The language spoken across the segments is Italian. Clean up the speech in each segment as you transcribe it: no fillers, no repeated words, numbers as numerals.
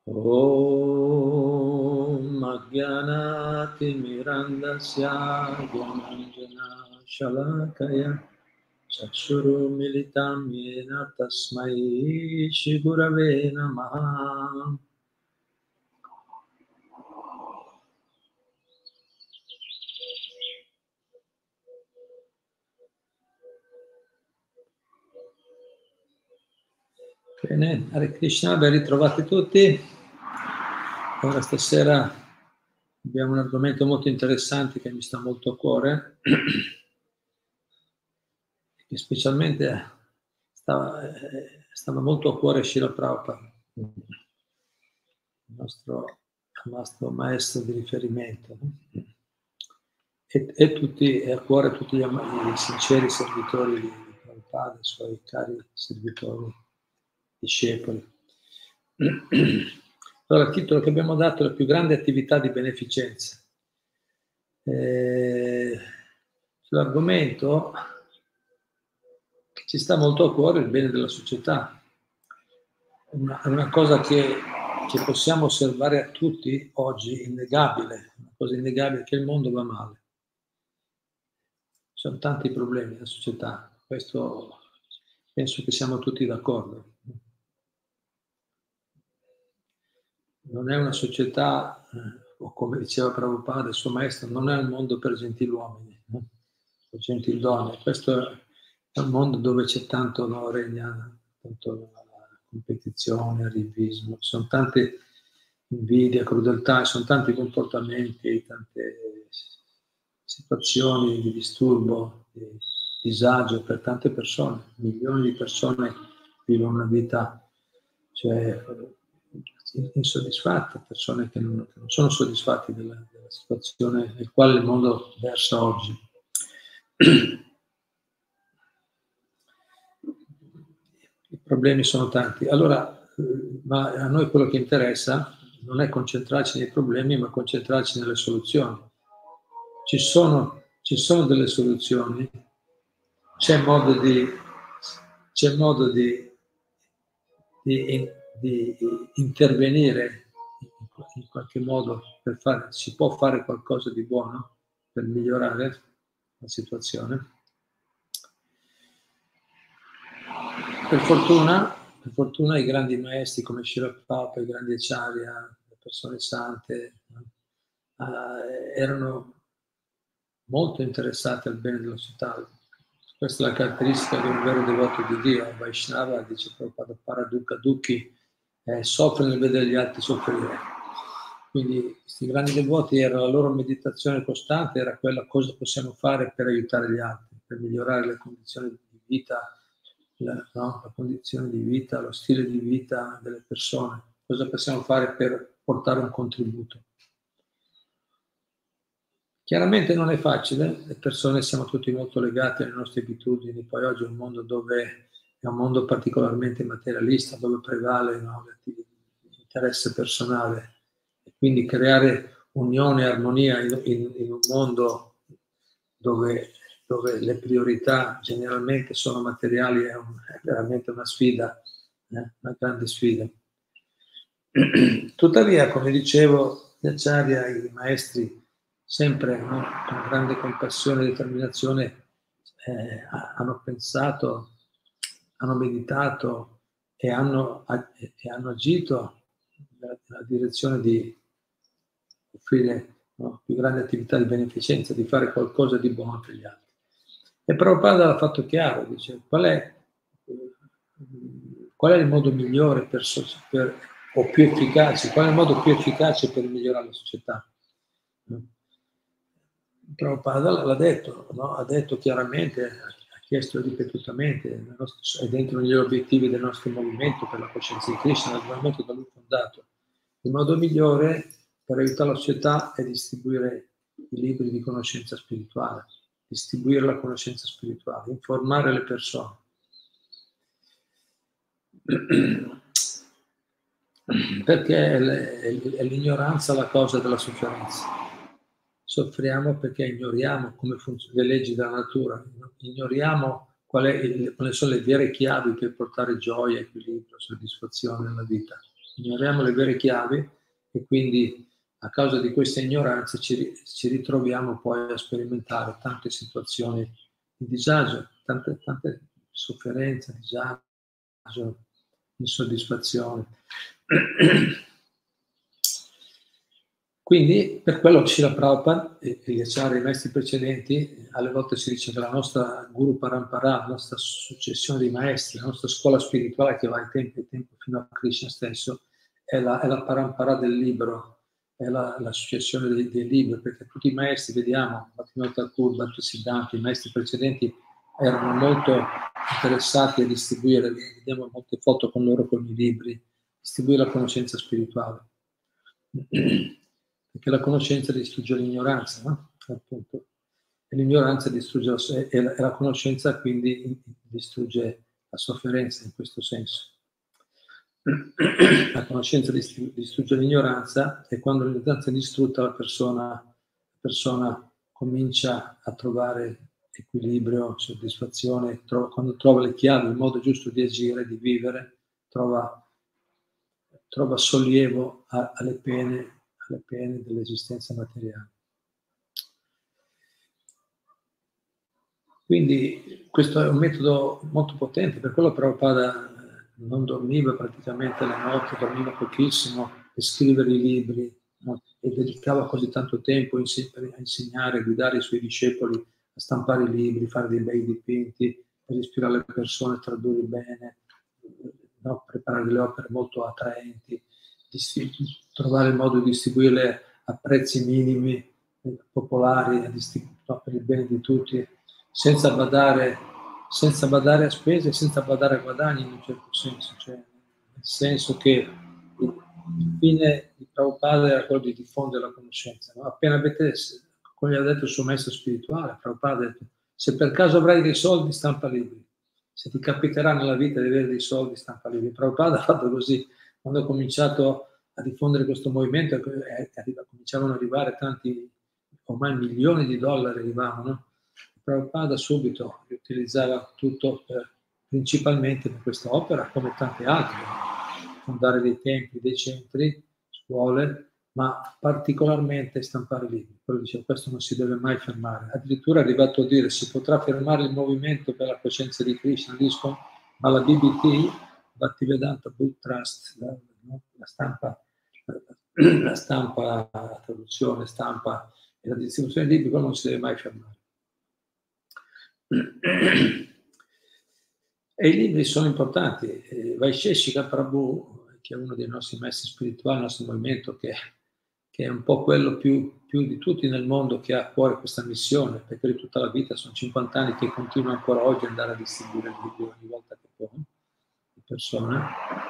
Om Ajnanaatimirandasya Gyananjana Shalakaya Chakshuru Militam Yena Tasmai Shri Gurave Namaha. Bene, Hare Krishna, ben ritrovati tutti. Ora stasera abbiamo un argomento molto interessante che mi sta molto a cuore, che specialmente stava molto a cuore Srila Prabhupada, il nostro maestro di riferimento, e tutti, e a cuore tutti i sinceri servitori di Prabhupada, i suoi cari servitori, discepoli. Allora, il titolo che abbiamo dato è la più grande attività di beneficenza. L'argomento che ci sta molto a cuore è il bene della società. È una cosa che possiamo osservare a tutti oggi, innegabile, una cosa innegabile, che il mondo va male. Ci sono tanti problemi nella società, questo penso che siamo tutti d'accordo. Non è una società, o come diceva Prabhupada, il suo maestro, non è un mondo per gentiluomini, o gentildonne. Questo è un mondo dove c'è tanto, no, regna tanto competizione, arrivismo, ci sono tante invidia, crudeltà, ci sono tanti comportamenti, tante situazioni di disturbo, di disagio per tante persone. Milioni di persone vivono una vita, cioè, insoddisfatte, persone che non sono soddisfatti della situazione nel quale il mondo versa oggi. I problemi sono tanti. Allora, ma a noi quello che interessa non è concentrarci nei problemi, ma concentrarci nelle soluzioni. Ci sono delle soluzioni, c'è modo di intervenire in qualche modo si può fare qualcosa di buono per migliorare la situazione. Per fortuna i grandi maestri come Srila Prabhupada, i grandi acharya, le persone sante, erano molto interessati al bene della società. Questa è la caratteristica di un vero devoto di Dio. Vaishnava, dice Prabhupada, Paradukha Dukhi, soffre nel vedere gli altri soffrire. Quindi questi grandi devoti, la loro meditazione costante era quella: cosa possiamo fare per aiutare gli altri, per migliorare le condizioni di vita, la condizione di vita, lo stile di vita delle persone, cosa possiamo fare per portare un contributo. Chiaramente non è facile, le persone siamo tutti molto legati alle nostre abitudini, poi oggi è un mondo particolarmente materialista, dove prevale, no, l'interesse personale, e quindi creare unione e armonia in un mondo dove le priorità generalmente sono materiali è veramente una sfida, una grande sfida. Tuttavia, come dicevo, gli acharya, i maestri, sempre, no, con grande compassione e determinazione, hanno pensato, hanno meditato e hanno agito nella direzione di offrire, no, più grande attività di beneficenza, di fare qualcosa di buono per gli altri. E Prabhupada l'ha fatto chiaro, dice: qual è il modo migliore o più efficace, qual è il modo più efficace per migliorare la società? Prabhupada l'ha detto, no? Ha detto chiaramente, ha chiesto ripetutamente, è dentro gli obiettivi del nostro movimento per la coscienza di Krishna, il movimento da lui fondato. Il modo migliore per aiutare la società è distribuire i libri di conoscenza spirituale, distribuire la conoscenza spirituale, informare le persone. Perché è l'ignoranza la causa della sofferenza. Soffriamo perché ignoriamo come funzionano le leggi della natura, ignoriamo quali sono le vere chiavi per portare gioia, equilibrio, soddisfazione nella vita. ignoriamo le vere chiavi e quindi a causa di questa ignoranza ci ritroviamo poi a sperimentare tante situazioni di disagio, tante sofferenze, disagio, insoddisfazione. Quindi per quello Srila Prabhupada e gli acciari, i maestri precedenti, alle volte si dice che la nostra Guru Parampara, la nostra successione di maestri, la nostra scuola spirituale che va ai tempi fino a Krishna stesso, è la Parampara del libro, è la successione dei libri, perché tutti i maestri, vediamo, Bhaktivinoda Thakur, Bhaktisiddhanta, i maestri precedenti erano molto interessati a distribuire, vediamo molte foto con loro con i libri, distribuire la conoscenza spirituale. Perché la conoscenza distrugge l'ignoranza, no? Appunto. E l'ignoranza distrugge e la conoscenza quindi distrugge la sofferenza in questo senso. La conoscenza distrugge l'ignoranza e quando l'ignoranza è distrutta la persona comincia a trovare equilibrio, soddisfazione, quando trova le chiavi, il modo giusto di agire, di vivere, trova sollievo alle pene dell'esistenza materiale. Quindi questo è un metodo molto potente, per quello Prabhupada non dormiva praticamente la notte, dormiva pochissimo per scrivere i libri, no? E dedicava così tanto tempo a insegnare, a guidare i suoi discepoli, a stampare i libri, fare dei bei dipinti, per ispirare le persone, tradurre bene, no? Preparare delle opere molto attraenti, trovare il modo di distribuirle a prezzi minimi, popolari, per il bene di tutti, senza badare a spese, senza badare a guadagni in un certo senso, cioè nel senso che il fine di Prabhupada era quello di diffondere la conoscenza. No? Appena avete, come gli ha detto il suo maestro spirituale, Prabhupada ha detto: se per caso avrai dei soldi, stampa libri. Se ti capiterà nella vita di avere dei soldi, stampa libri. Prabhupada ha fatto così. Quando ha cominciato a diffondere questo movimento, cominciavano ad arrivare tanti, ormai milioni di dollari arrivavano. Prabhupada subito utilizzava tutto principalmente per questa opera, come tante altre, fondare dei templi, dei centri, scuole, ma particolarmente stampare libri. Quello diceva, questo non si deve mai fermare. Addirittura è arrivato a dire, si potrà fermare il movimento per la coscienza di Krishna, dicono, ma la BBT, Bhaktivedanta Book Trust, la stampa, la traduzione, stampa e la distribuzione di libri, quello non si deve mai fermare. E i libri sono importanti. Vaisheshika Prabhu, che è uno dei nostri maestri spirituali, il nostro movimento, che è un po' quello più di tutti nel mondo che ha a cuore questa missione, perché di tutta la vita sono 50 anni che continua ancora oggi ad andare a distribuire libri ogni volta che può, di persone,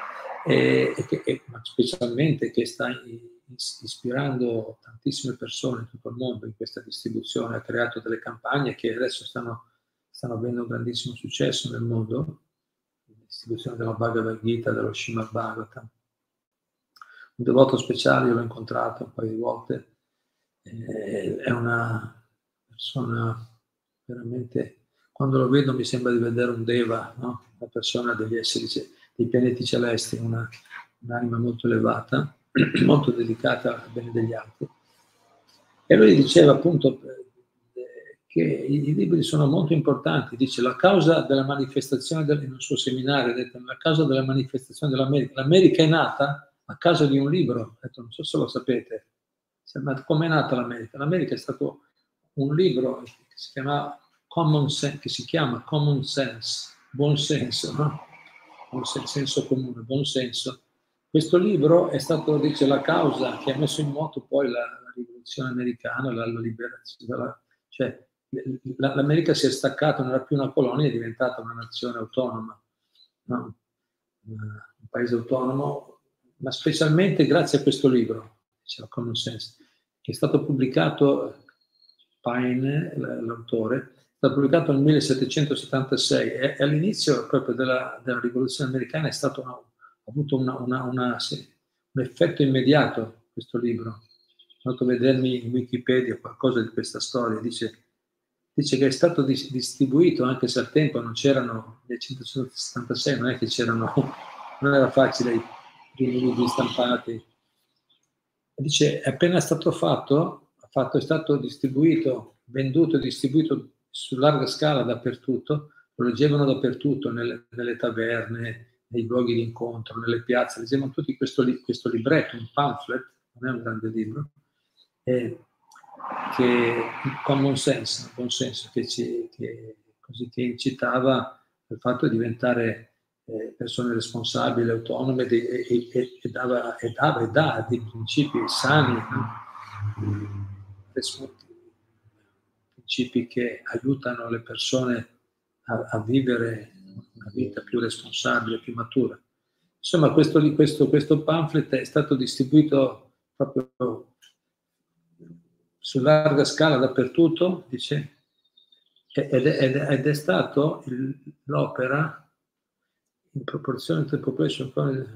ma specialmente che sta ispirando tantissime persone in tutto il mondo in questa distribuzione, ha creato delle campagne che adesso stanno avendo un grandissimo successo nel mondo, la distribuzione della Bhagavad Gita, dello Srimad Bhagavatam. Un devoto speciale, io l'ho incontrato un paio di volte, è una persona veramente, quando lo vedo mi sembra di vedere un Deva, no? Una persona degli esseri, dei pianeti celesti, un'anima molto elevata, molto dedicata al bene degli altri. E lui diceva appunto che i libri sono molto importanti, dice la causa della manifestazione nel suo seminario, ha detto, la causa della manifestazione dell'America. L'America è nata a causa di un libro, ha detto, non so se lo sapete, come è nata l'America? L'America è stato un libro che si chiama Common Sense, buon senso, no? Senso comune, buon senso. Questo libro è stato, dice, la causa che ha messo in moto poi la rivoluzione americana, la liberazione, cioè l'America si è staccata, non era più una colonia, è diventata una nazione autonoma, no? Un paese autonomo, ma specialmente grazie a questo libro, diceva Common Sense, che è stato pubblicato, Paine, l'autore, è stato pubblicato nel 1776 e all'inizio proprio della rivoluzione americana ha avuto un effetto immediato questo libro. Ho fatto vedermi in Wikipedia qualcosa di questa storia, dice che è stato distribuito, anche se al tempo non c'erano, nel 1976 non è che c'erano, non era facile primi libri stampati. E dice, è appena stato fatto, è stato distribuito, venduto e distribuito su larga scala dappertutto, lo leggevano dappertutto, nelle taverne, nei luoghi di incontro, nelle piazze, leggevano tutti questo libretto, un pamphlet, non è un grande libro, che common sense, buon senso, che incitava il fatto di diventare persone responsabili, autonome e dà dei principi sani, no? Principi che aiutano le persone a vivere una vita più responsabile, più matura. Insomma, questo pamphlet è stato distribuito proprio su larga scala dappertutto, dice, ed è stato l'opera in proporzione to the population,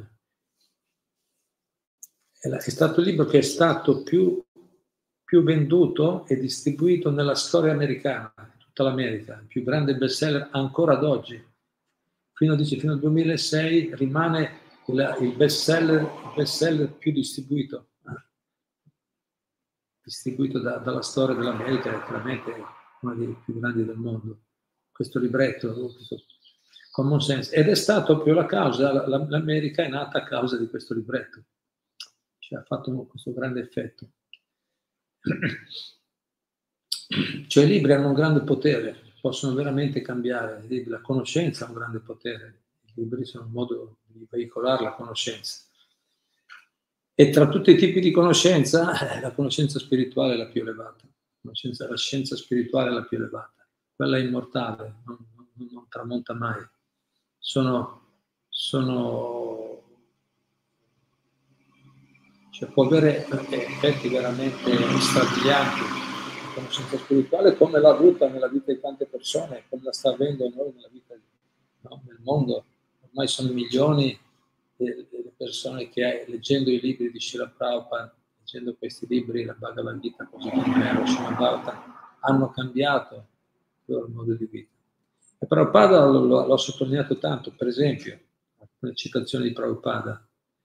è stato il libro che è stato più venduto e distribuito nella storia americana, tutta l'America, il più grande bestseller ancora ad oggi. Fino al 2006 rimane il bestseller più distribuito dalla storia dell'America, è veramente uno dei più grandi del mondo. Questo libretto, Common Sense, ed è stato proprio la causa, l'America è nata a causa di questo libretto, cioè ha fatto questo grande effetto. Cioè i libri hanno un grande potere, possono veramente cambiare, la conoscenza ha un grande potere, i libri sono un modo di veicolare la conoscenza. E tra tutti i tipi di conoscenza, la conoscenza spirituale è la più elevata, la scienza spirituale è la più elevata, quella è immortale, non tramonta mai. Cioè può avere effetti veramente strabilianti la conoscenza spirituale, come l'ha avuta nella vita di tante persone, come la sta avendo noi nella vita, no? Nel mondo. Ormai sono milioni le persone che, leggendo i libri di Srila Prabhupada, leggendo questi libri, la Bhagavad Gita, così come lo Srimad Bhagavatam, hanno cambiato il loro modo di vita. E Prabhupada l'ho sottolineato tanto, per esempio, alcune citazioni di Prabhupada,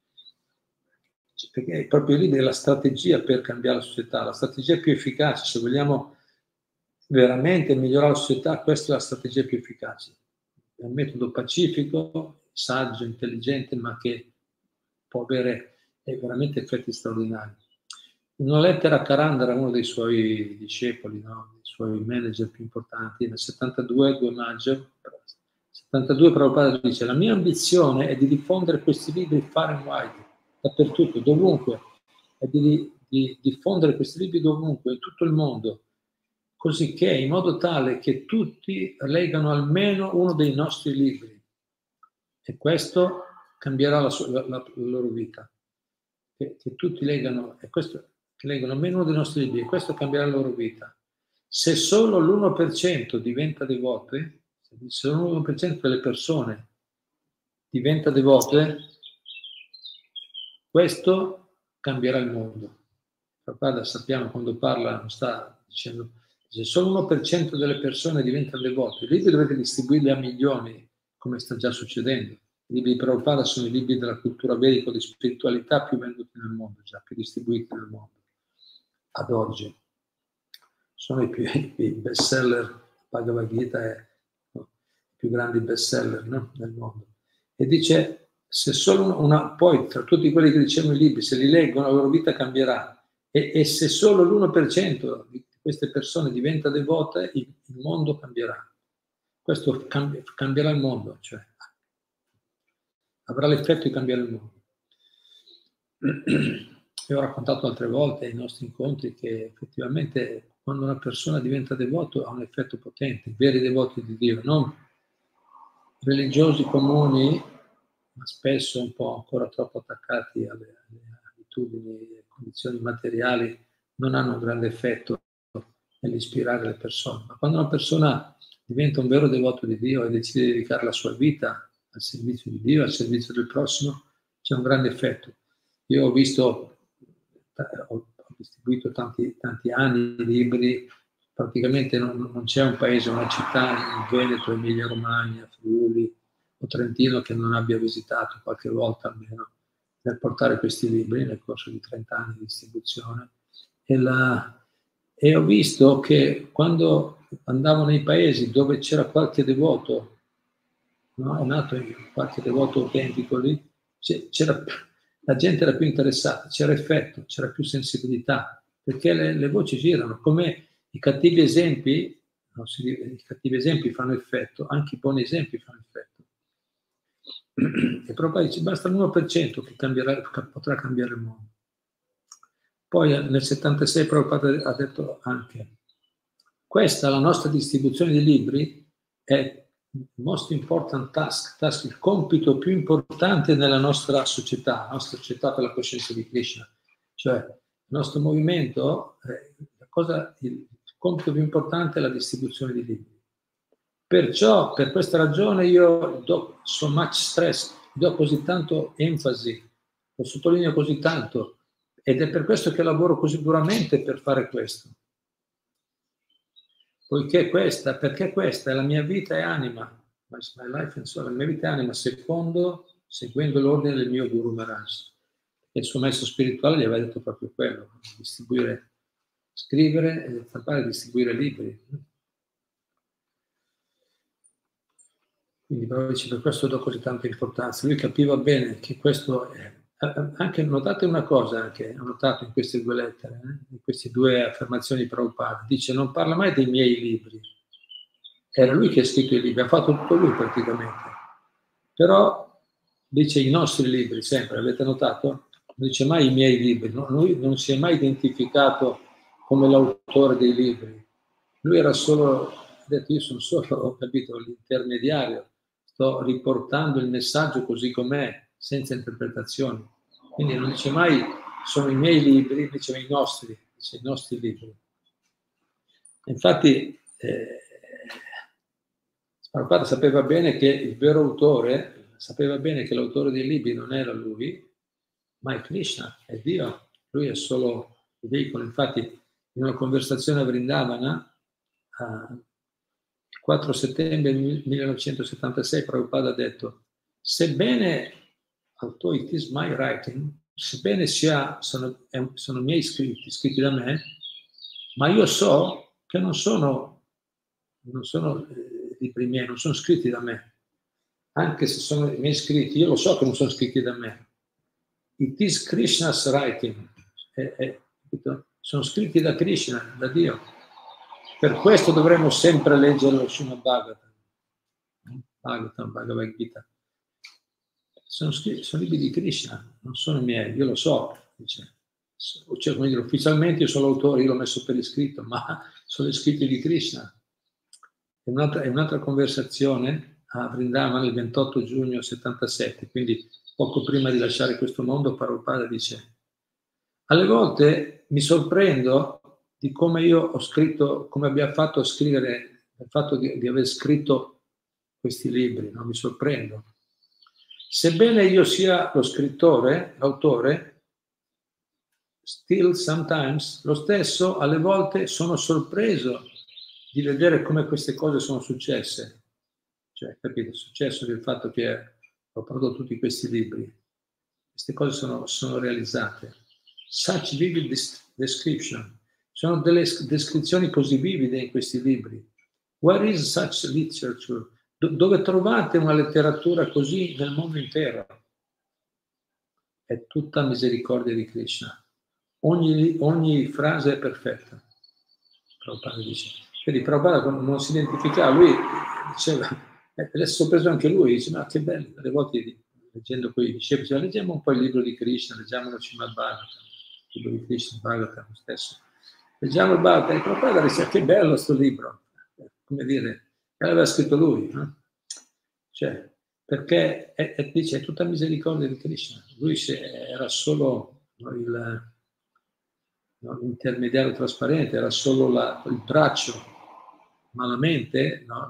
perché proprio lì è la strategia per cambiare la società, la strategia più efficace, se vogliamo veramente migliorare la società, questa è la strategia più efficace. È un metodo pacifico, saggio, intelligente, ma che può avere veramente effetti straordinari. In una lettera a Karandara, uno dei suoi discepoli, no? Dei suoi manager più importanti, nel 72, 2 maggio, 72 Prabhupada dice: la mia ambizione è di diffondere questi libri far and wide, dappertutto, dovunque, è di diffondere questi libri dovunque, in tutto il mondo, così che in modo tale che tutti leggano almeno uno dei nostri libri, e questo cambierà la loro vita. Che tutti leggano, che leggano almeno uno dei nostri libri, e questo cambierà la loro vita. Se solo l'1% diventa devote, se solo l'1% delle persone diventa devote, questo cambierà il mondo. Prabhupada, sappiamo, quando parla, non sta dicendo, se solo l'1% delle persone diventano devote, i libri dovete distribuirli a milioni, come sta già succedendo. I libri di Prabhupada sono i libri della cultura vedica di spiritualità più venduti nel mondo, già più distribuiti nel mondo, ad oggi. Sono i best seller, Bhagavad Gita è i più grandi best seller, no? Nel mondo. E dice, se solo poi tra tutti quelli che ricevono i libri, se li leggono, la loro vita cambierà. E se solo l'1% di queste persone diventa devota, il mondo cambierà. Questo cambierà il mondo, cioè avrà l'effetto di cambiare il mondo. Io ho raccontato altre volte ai nostri incontri che effettivamente quando una persona diventa devoto ha un effetto potente, veri devoti di Dio, non religiosi comuni, ma spesso un po' ancora troppo attaccati alle abitudini e condizioni materiali, non hanno un grande effetto nell'ispirare le persone. Ma quando una persona diventa un vero devoto di Dio e decide di dedicare la sua vita al servizio di Dio, al servizio del prossimo, c'è un grande effetto. Io ho distribuito tanti anni libri, praticamente non c'è un paese, una città in Veneto, Emilia Romagna, Friuli o Trentino che non abbia visitato qualche volta almeno nel portare questi libri nel corso di 30 anni di distribuzione. E ho visto che quando andavo nei paesi dove c'era qualche devoto, no? È nato qualche devoto autentico lì, la gente era più interessata, c'era effetto, c'era più sensibilità, perché le voci girano, come i cattivi esempi, i cattivi esempi fanno effetto, anche i buoni esempi fanno effetto. E proprio dice, basta l'1% che potrà cambiare il mondo. Poi nel 76 Prabhupada ha detto anche, questa, la nostra distribuzione di libri, è il most important task, il compito più importante nella nostra società per la coscienza di Krishna. Cioè, il nostro movimento, il compito più importante è la distribuzione di libri. Perciò, per questa ragione, io do so much stress, do così tanto enfasi, lo sottolineo così tanto, ed è per questo che lavoro così duramente per fare questo. Perché questa è la mia vita e anima, my life and soul, la mia vita e anima, seguendo l'ordine del mio Guru Maharaj. E il suo maestro spirituale gli aveva detto proprio quello, distribuire, scrivere e fare distribuire libri. Quindi per questo do così tanta importanza. Lui capiva bene che questo è. Anche notate una cosa, ho notato in queste due lettere, in queste due affermazioni di Prabhupada, dice non parla mai dei miei libri, era lui che ha scritto i libri, ha fatto tutto lui praticamente, però dice i nostri libri sempre, avete notato? Non dice mai i miei libri, no? Lui non si è mai identificato come l'autore dei libri, lui era solo, ha detto io sono solo, ho capito, l'intermediario, sto riportando il messaggio così com'è, senza interpretazioni. Quindi non dice mai sono i miei libri, dice i nostri libri. Infatti Prabhupada sapeva bene che il vero autore, sapeva bene che l'autore dei libri non era lui, ma è Krishna, è Dio. Lui è solo il veicolo. Infatti in una conversazione a Vrindavana, il 4 settembre 1976 Prabhupada ha detto sebbene although it is my writing, sebbene sono miei scritti da me, ma io so che non sono libri miei, non sono scritti da me. Anche se sono i miei scritti, io lo so che non sono scritti da me. It is Krishna's writing. Sono scritti da Krishna, da Dio. Per questo dovremmo sempre leggere lo Srimad Bhagavatam, Bhagavad Gita. Sono libri di Krishna, non sono miei, io lo so, dice. Cioè, come dire, ufficialmente io sono l'autore, io l'ho messo per iscritto, ma sono scritti di Krishna. È un'altra conversazione a Vrindavana il 28 giugno 77, quindi poco prima di lasciare questo mondo, Prabhupada dice alle volte mi sorprendo di come io ho scritto, come abbia fatto a scrivere, il fatto di aver scritto questi libri, no? Mi sorprendo. Sebbene io sia lo scrittore, l'autore, still sometimes, lo stesso, alle volte sono sorpreso di vedere come queste cose sono successe. Cioè, capite, è successo il fatto che ho prodotto tutti questi libri. Queste cose sono realizzate. Such vivid description. Sono delle descrizioni così vivide in questi libri. Where is such literature? Dove trovate una letteratura così nel mondo intero? È tutta misericordia di Krishna. Ogni frase è perfetta. Prabhupada dice. Quindi Prabhupada non si identificava, lui diceva, adesso ho preso anche lui, dice, ma che bello, alle volte leggendo quei discepoli, diceva, leggiamo un po' il libro di Krishna, leggiamo lo Srimad Bhagavatam, il libro di Krishna, Bhagavatam stesso. Leggiamo il Bhagavatam, e Prabhupada diceva, che bello questo libro, come dire, l'aveva scritto lui, no? Cioè, perché dice, è tutta misericordia di Krishna, lui era solo l'intermediario trasparente, era solo il braccio, ma la mente, no?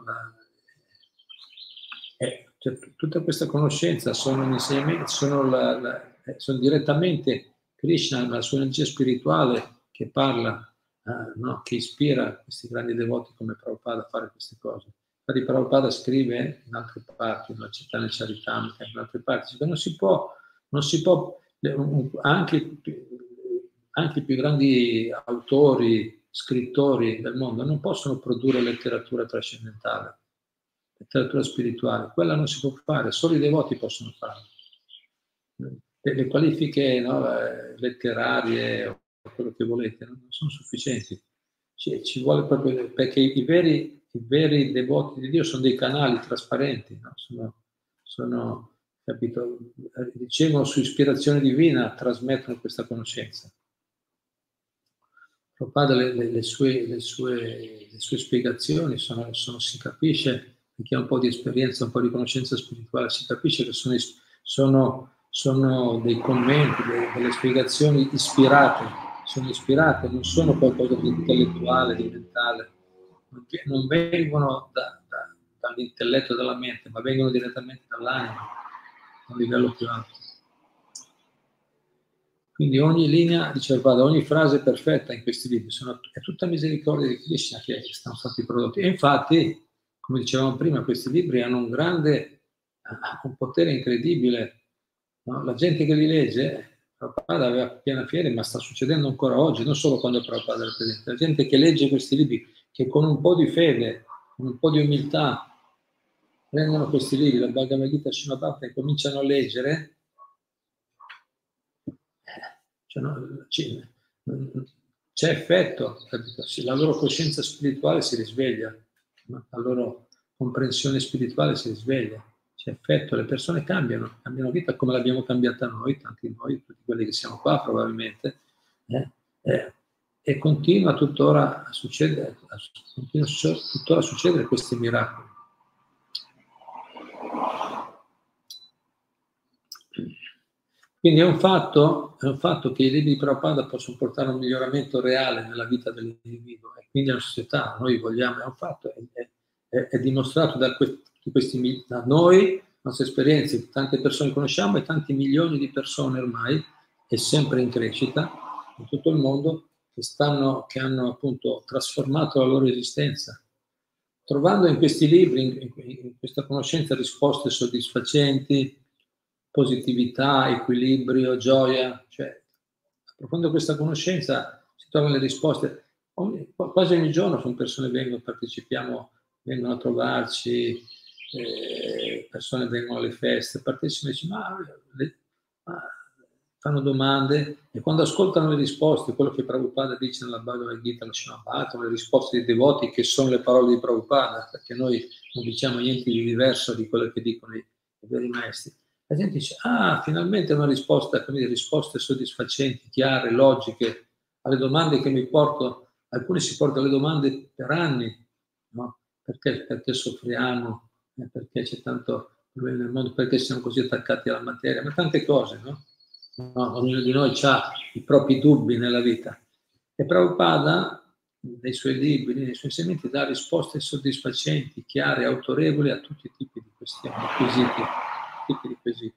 Cioè, tutta questa conoscenza sono un insegnamento, sono direttamente Krishna, la sua energia spirituale che parla, no? Che ispira questi grandi devoti come Prabhupada a fare queste cose. Infatti Prabhupada scrive in altre parti, nella Chaitanya Charitamrita, in altre parti, che non si può anche i più grandi autori, scrittori del mondo non possono produrre letteratura trascendentale, letteratura spirituale. Quella non si può fare, solo i devoti possono farlo. Le qualifiche, no, letterarie o quello che volete non sono sufficienti. Ci vuole proprio, perché i veri devoti di Dio sono dei canali trasparenti, no? Capito? Ricevono su ispirazione divina, trasmettono questa conoscenza. Prabhupada, le sue spiegazioni si capisce, chi ha un po' di esperienza, un po' di conoscenza spirituale, si capisce che sono dei commenti, delle spiegazioni ispirate, sono ispirate, non sono qualcosa di intellettuale, di mentale, non vengono dall'intelletto e dalla mente, ma vengono direttamente dall'anima, a un livello più alto. Quindi ogni linea, diceva Prabhupada, ogni frase perfetta in questi libri è tutta misericordia di Krishna che sono stati prodotti. E infatti, come dicevamo prima, questi libri hanno un potere incredibile. No? La gente che li legge, Prabhupada aveva piena fiera, ma sta succedendo ancora oggi, non solo quando Prabhupada era presente. La gente che legge questi libri, che con un po' di fede, con un po' di umiltà, prendono questi libri, la Bhagavad Gita, Srimad Bhagavatam, e cominciano a leggere, c'è effetto, capito? La loro coscienza spirituale si risveglia, no? La loro comprensione spirituale si risveglia, c'è effetto, le persone cambiano vita come l'abbiamo cambiata noi, tanti noi, tutti quelli che siamo qua probabilmente, e continua tuttora a succedere questi miracoli. Quindi è un fatto che i libri di Prabhupada possono portare a un miglioramento reale nella vita dell'individuo e quindi alla società. Noi vogliamo, è un fatto, è dimostrato da noi, nostre esperienze, tante persone conosciamo e tanti milioni di persone ormai, è sempre in crescita in tutto il mondo, che hanno appunto trasformato la loro esistenza, trovando in questi libri, in questa conoscenza, risposte soddisfacenti, positività, equilibrio, gioia, cioè approfondendo questa conoscenza si trovano le risposte. Quasi ogni giorno sono persone che vengono a trovarci, persone vengono alle feste, partecipano e dicono, fanno domande e quando ascoltano le risposte, quello che Prabhupada dice nella Bhagavad Gita, le risposte dei devoti che sono le parole di Prabhupada, perché noi non diciamo niente di diverso di quello che dicono i veri maestri. La gente dice, finalmente una risposta, risposte soddisfacenti, chiare, logiche, alle domande che mi porto. Alcuni si portano le domande per anni, no? Perché soffriamo, perché c'è tanto problema nel mondo, perché siamo così attaccati alla materia, ma tante cose, no? Ognuno di noi ha i propri dubbi nella vita. E Prabhupada, nei suoi libri, nei suoi insegnamenti, dà risposte soddisfacenti, chiare, autorevoli a tutti i tipi di questioni, quesiti.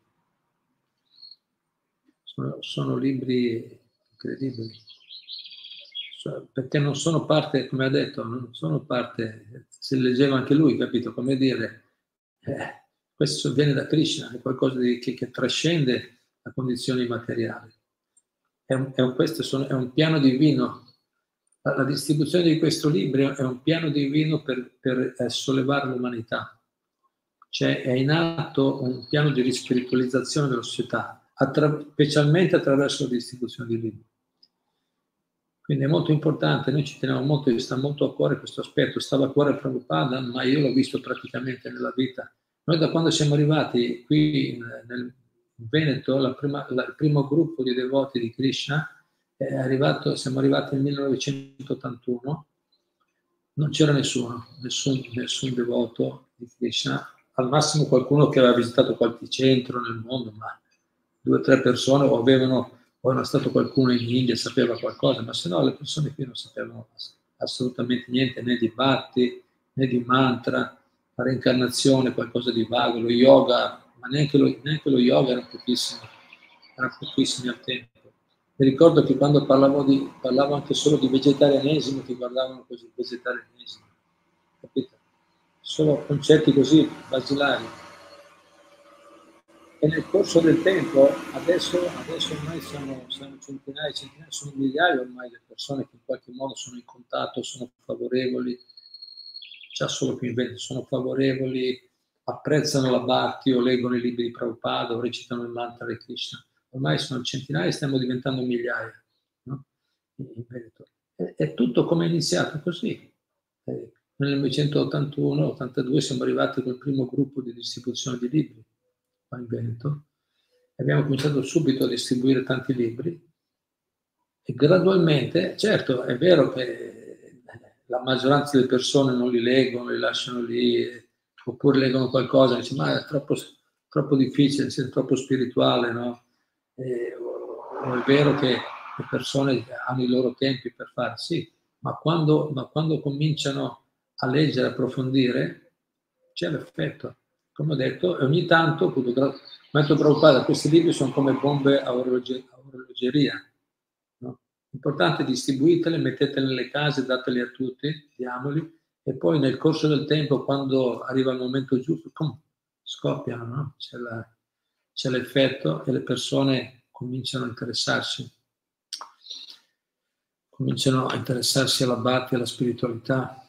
Sono libri incredibili, perché non sono parte, come ha detto, non sono parte, se leggeva anche lui, capito? Come dire, questo viene da Krishna, è qualcosa che trascende la condizione materiale. È un piano divino. La distribuzione di questo libro è un piano divino per sollevare l'umanità. Cioè è in atto un piano di rispiritualizzazione della società, specialmente attraverso la distribuzione di libri. Quindi è molto importante, noi ci teniamo molto, ci sta molto a cuore questo aspetto, stava a cuore Prabhupada, ma io l'ho visto praticamente nella vita. Noi da quando siamo arrivati qui nel Veneto, il primo gruppo di devoti di Krishna, siamo arrivati nel 1981, non c'era nessun devoto di Krishna, al massimo qualcuno che aveva visitato qualche centro nel mondo, ma 2 o 3 persone o era stato qualcuno in India, sapeva qualcosa, ma se no le persone qui non sapevano assolutamente niente, né di bhakti, né di mantra, la reincarnazione, qualcosa di vago, lo yoga, ma neanche lo yoga erano pochissimi al tempo. Mi ricordo che quando parlavo anche solo di vegetarianesimo, ti guardavano così, vegetarianesimo, capito? Solo concetti così basilari. E nel corso del tempo, adesso ormai siamo centinaia, sono migliaia ormai le persone che in qualche modo sono in contatto, sono favorevoli, già solo qui in Veneto, sono favorevoli, apprezzano la Bhakti o leggono i libri di Prabhupada o recitano il mantra di Krishna. Ormai sono centinaia e stiamo diventando migliaia, no? In Veneto. È tutto come è iniziato così. Nel 1981-82 siamo arrivati col primo gruppo di distribuzione di libri qua in Veneto. Abbiamo cominciato subito a distribuire tanti libri e gradualmente, certo, è vero che la maggioranza delle persone non li leggono, li lasciano lì, oppure leggono qualcosa e dicono ma è troppo difficile, è troppo spirituale, no? O è vero che le persone hanno i loro tempi per fare, sì, ma quando cominciano a leggere, a approfondire, c'è l'effetto. Come ho detto, e ogni tanto, appunto, metto Prabhupada, questi libri sono come bombe a orologeria. No? L'importante è distribuitele, mettetele nelle case, dateli a tutti, diamoli, e poi nel corso del tempo, quando arriva il momento giusto, scoppiano, no? C'è l'effetto e le persone cominciano a interessarsi alla Bhakti, alla spiritualità.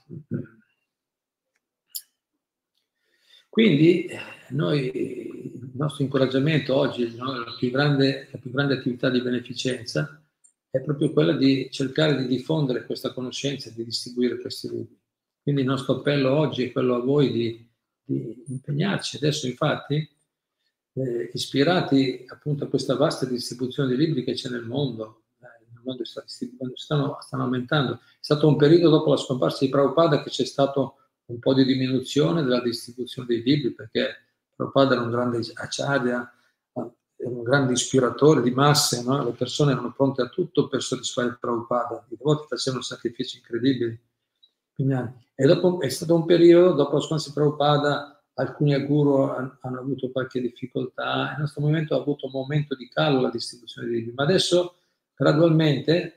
Quindi il nostro incoraggiamento oggi, no, la più grande attività di beneficenza è proprio quella di cercare di diffondere questa conoscenza, di distribuire questi libri. Quindi il nostro appello oggi è quello a voi di impegnarci. Adesso infatti, ispirati appunto a questa vasta distribuzione di libri che c'è nel mondo stanno aumentando. È stato un periodo dopo la scomparsa di Prabhupada che c'è stato un po' di diminuzione della distribuzione dei libri, perché Prabhupada era un grande acharya, era un grande ispiratore di masse, no? Le persone erano pronte a tutto per soddisfare Prabhupada, i devoti facevano sacrifici incredibili. E dopo è stato un periodo, dopo la scomparsa di Prabhupada, alcuni guru hanno avuto qualche difficoltà, il nostro movimento ha avuto un momento di calo alla distribuzione dei libri, ma adesso gradualmente,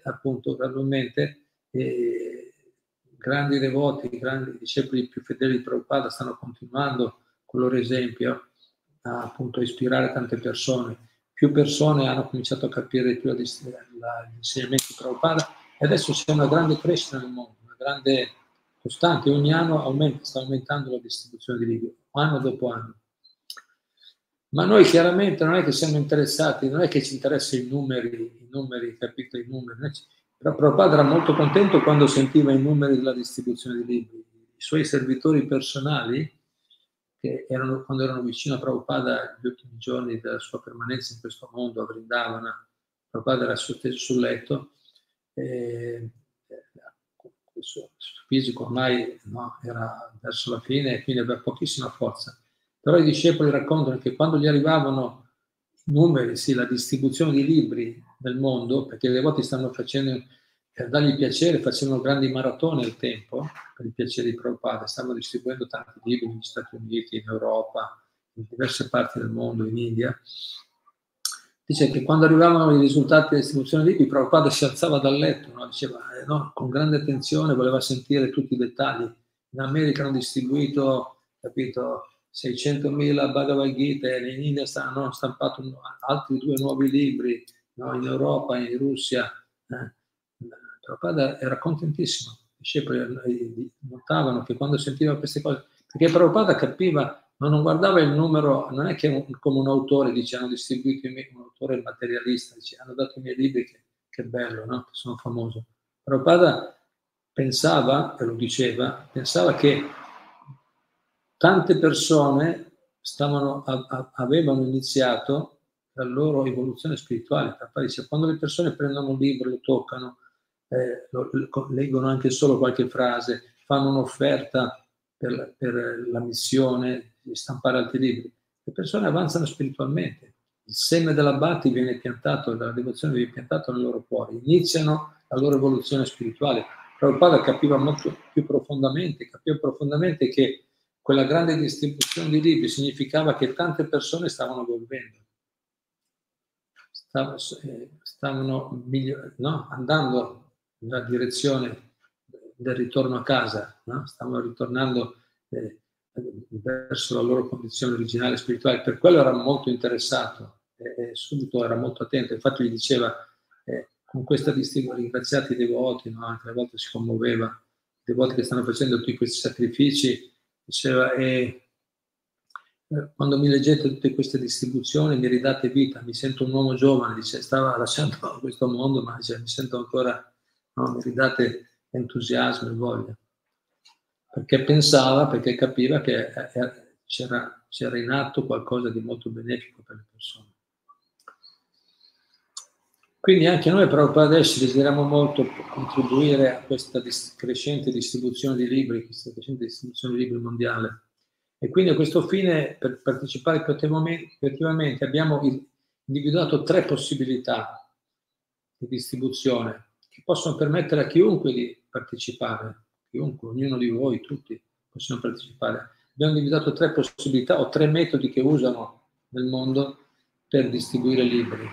grandi devoti, grandi discepoli più fedeli di Prabhupada stanno continuando con il loro esempio a appunto ispirare tante persone. Più persone hanno cominciato a capire più gli insegnamenti di Prabhupada e adesso c'è una grande crescita nel mondo, una grande costante, ogni anno sta aumentando la distribuzione di libri, anno dopo anno. Ma noi chiaramente non è che siamo interessati, non è che ci interessano i numeri, capito? I numeri. Però Prabhupada era molto contento quando sentiva i numeri della distribuzione di libri. I suoi servitori personali, quando erano vicino a Prabhupada gli ultimi giorni della sua permanenza in questo mondo, a Vrindavana, Prabhupada era sotteso sul letto, il suo fisico ormai era verso la fine e quindi aveva pochissima forza. Però i discepoli raccontano che quando gli arrivavano i numeri, sì, la distribuzione di libri nel mondo, perché i devoti stanno facendo, per dargli piacere, facevano grandi maratone al tempo, per il piacere di Prabhupada, stavano distribuendo tanti libri negli Stati Uniti, in Europa, in diverse parti del mondo, in India. Dice che quando arrivavano i risultati della distribuzione dei libri, Prabhupada si alzava dal letto, no? Diceva, con grande attenzione, voleva sentire tutti i dettagli. In America hanno distribuito, capito, 600.000 Bhagavad Gita, in India hanno stampato altri 2 nuovi libri, no? In Europa, in Russia. Prabhupada era contentissimo. I discepoli notavano che quando sentiva queste cose, perché Prabhupada capiva, ma non guardava il numero, non è che come un autore dice hanno distribuito un autore materialista, dice hanno dato i miei libri, che bello, no? Che sono famoso. Prabhupada pensava, e lo diceva, pensava che tante persone avevano iniziato la loro evoluzione spirituale. Prabhupada dice, quando le persone prendono un libro, lo toccano, leggono anche solo qualche frase, fanno un'offerta per la missione di stampare altri libri, le persone avanzano spiritualmente. Il seme della Bhakti viene piantato, della devozione viene piantato nel loro cuore, iniziano la loro evoluzione spirituale. Prabhupada capiva molto più profondamente, che quella grande distribuzione di libri significava che tante persone stavano evolvendo, stavano andando nella direzione del ritorno a casa, no? Stavano ritornando verso la loro condizione originale spirituale. Per quello era molto interessato e subito era molto attento. Infatti gli diceva, con questa distinzione, ringraziate i devoti, no? Anche a volte si commuoveva, i devoti che stanno facendo tutti questi sacrifici, diceva, quando mi leggete tutte queste distribuzioni mi ridate vita, mi sento un uomo giovane, dice, stava lasciando questo mondo, ma dice, mi sento ancora, no? Mi ridate entusiasmo e voglia. Perché pensava, perché capiva che c'era in atto qualcosa di molto benefico per le persone. Quindi anche noi, Prabhupada, adesso desideriamo molto contribuire a questa crescente distribuzione di libri, questa crescente distribuzione di libri mondiale. E quindi a questo fine, per partecipare più attivamente, abbiamo individuato 3 possibilità di distribuzione che possono permettere a chiunque di partecipare, chiunque, ognuno di voi, tutti possono partecipare. Abbiamo individuato 3 possibilità o 3 metodi che usano nel mondo per distribuire libri.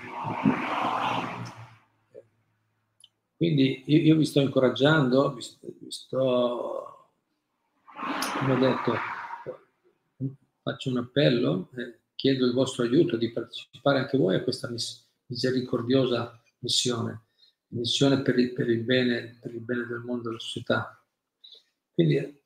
Quindi io vi sto incoraggiando, vi sto, come ho detto, faccio un appello, chiedo il vostro aiuto di partecipare anche voi a questa misericordiosa missione per il bene del mondo e della società. Quindi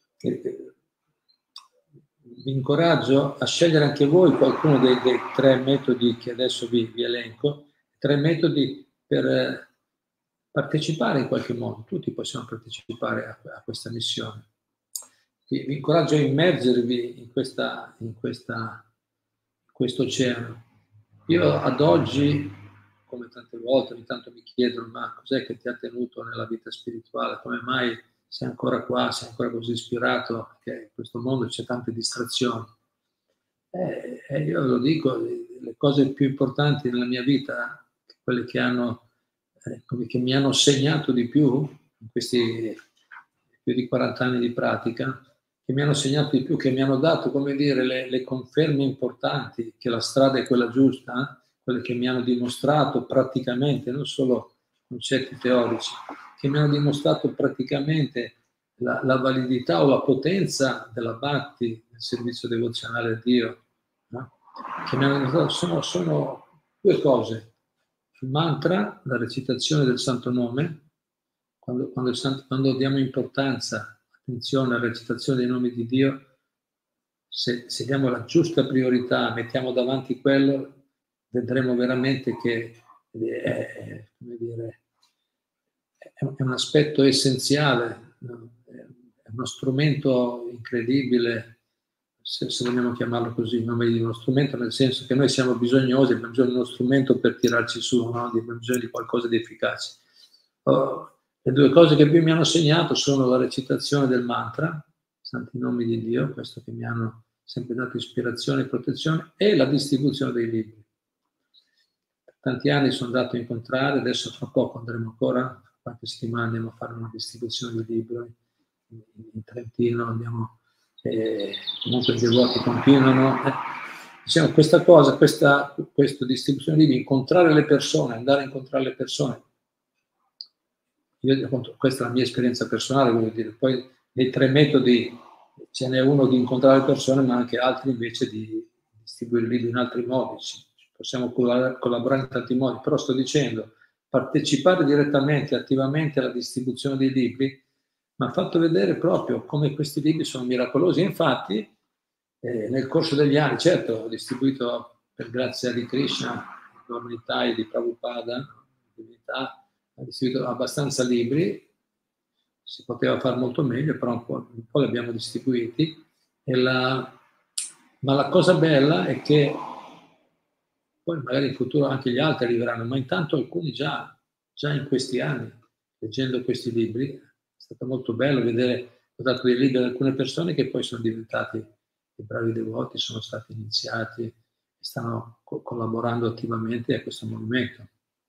vi incoraggio a scegliere anche voi qualcuno dei 3 metodi che adesso vi elenco, 3 metodi per partecipare in qualche modo. Tutti possiamo partecipare a questa missione. Vi incoraggio a immergervi in questo oceano. Io ad oggi, come tante volte, ogni tanto mi chiedono, ma cos'è che ti ha tenuto nella vita spirituale? Come mai sei ancora qua, sei ancora così ispirato? Perché in questo mondo c'è tante distrazioni. Io lo dico, le cose più importanti nella mia vita, quelle che mi hanno segnato di più in questi più di 40 anni di pratica, che mi hanno segnato di più, che mi hanno dato, come dire, le conferme importanti che la strada è quella giusta, quelle che mi hanno dimostrato praticamente, non solo concetti teorici, che mi hanno dimostrato praticamente la validità o la potenza della Bhakti, del servizio devozionale a Dio, no? Che mi hanno dimostrato, sono 2 cose. Il mantra, la recitazione del Santo Nome, quando diamo importanza, attenzione alla recitazione dei nomi di Dio, se diamo la giusta priorità, mettiamo davanti quello, vedremo veramente che è un aspetto essenziale, no? È uno strumento incredibile, se vogliamo chiamarlo così, il nome di uno strumento, nel senso che noi siamo bisognosi, abbiamo bisogno di uno strumento per tirarci su, no? Abbiamo bisogno di qualcosa di efficace. Le 2 cose che più mi hanno segnato sono la recitazione del mantra, santi nomi di Dio, questo che mi hanno sempre dato ispirazione e protezione, e la distribuzione dei libri. Per tanti anni sono andato a incontrare, adesso fra poco andremo ancora, qualche settimana andiamo a fare una distribuzione di libri in Trentino, comunque i devoti continuano. Diciamo, questa distribuzione di libri, incontrare le persone, andare a incontrare le persone, questa è la mia esperienza personale, voglio dire. Poi nei 3 metodi ce n'è uno di incontrare le persone, ma anche altri invece di distribuire libri in altri modi. Possiamo collaborare in tanti modi, però sto dicendo, partecipare direttamente, attivamente alla distribuzione dei libri mi ha fatto vedere proprio come questi libri sono miracolosi. E infatti, nel corso degli anni, certo, ho distribuito per grazia di Krishna, l'umanità e di Prabhupada, divinità, ha distribuito abbastanza libri, si poteva fare molto meglio, però un po' li abbiamo distribuiti. Ma la cosa bella è che poi magari in futuro anche gli altri arriveranno, ma intanto alcuni già in questi anni, leggendo questi libri, è stato molto bello vedere, ho dato dei libri ad alcune persone che poi sono diventati dei bravi devoti, sono stati iniziati e stanno collaborando attivamente a questo movimento.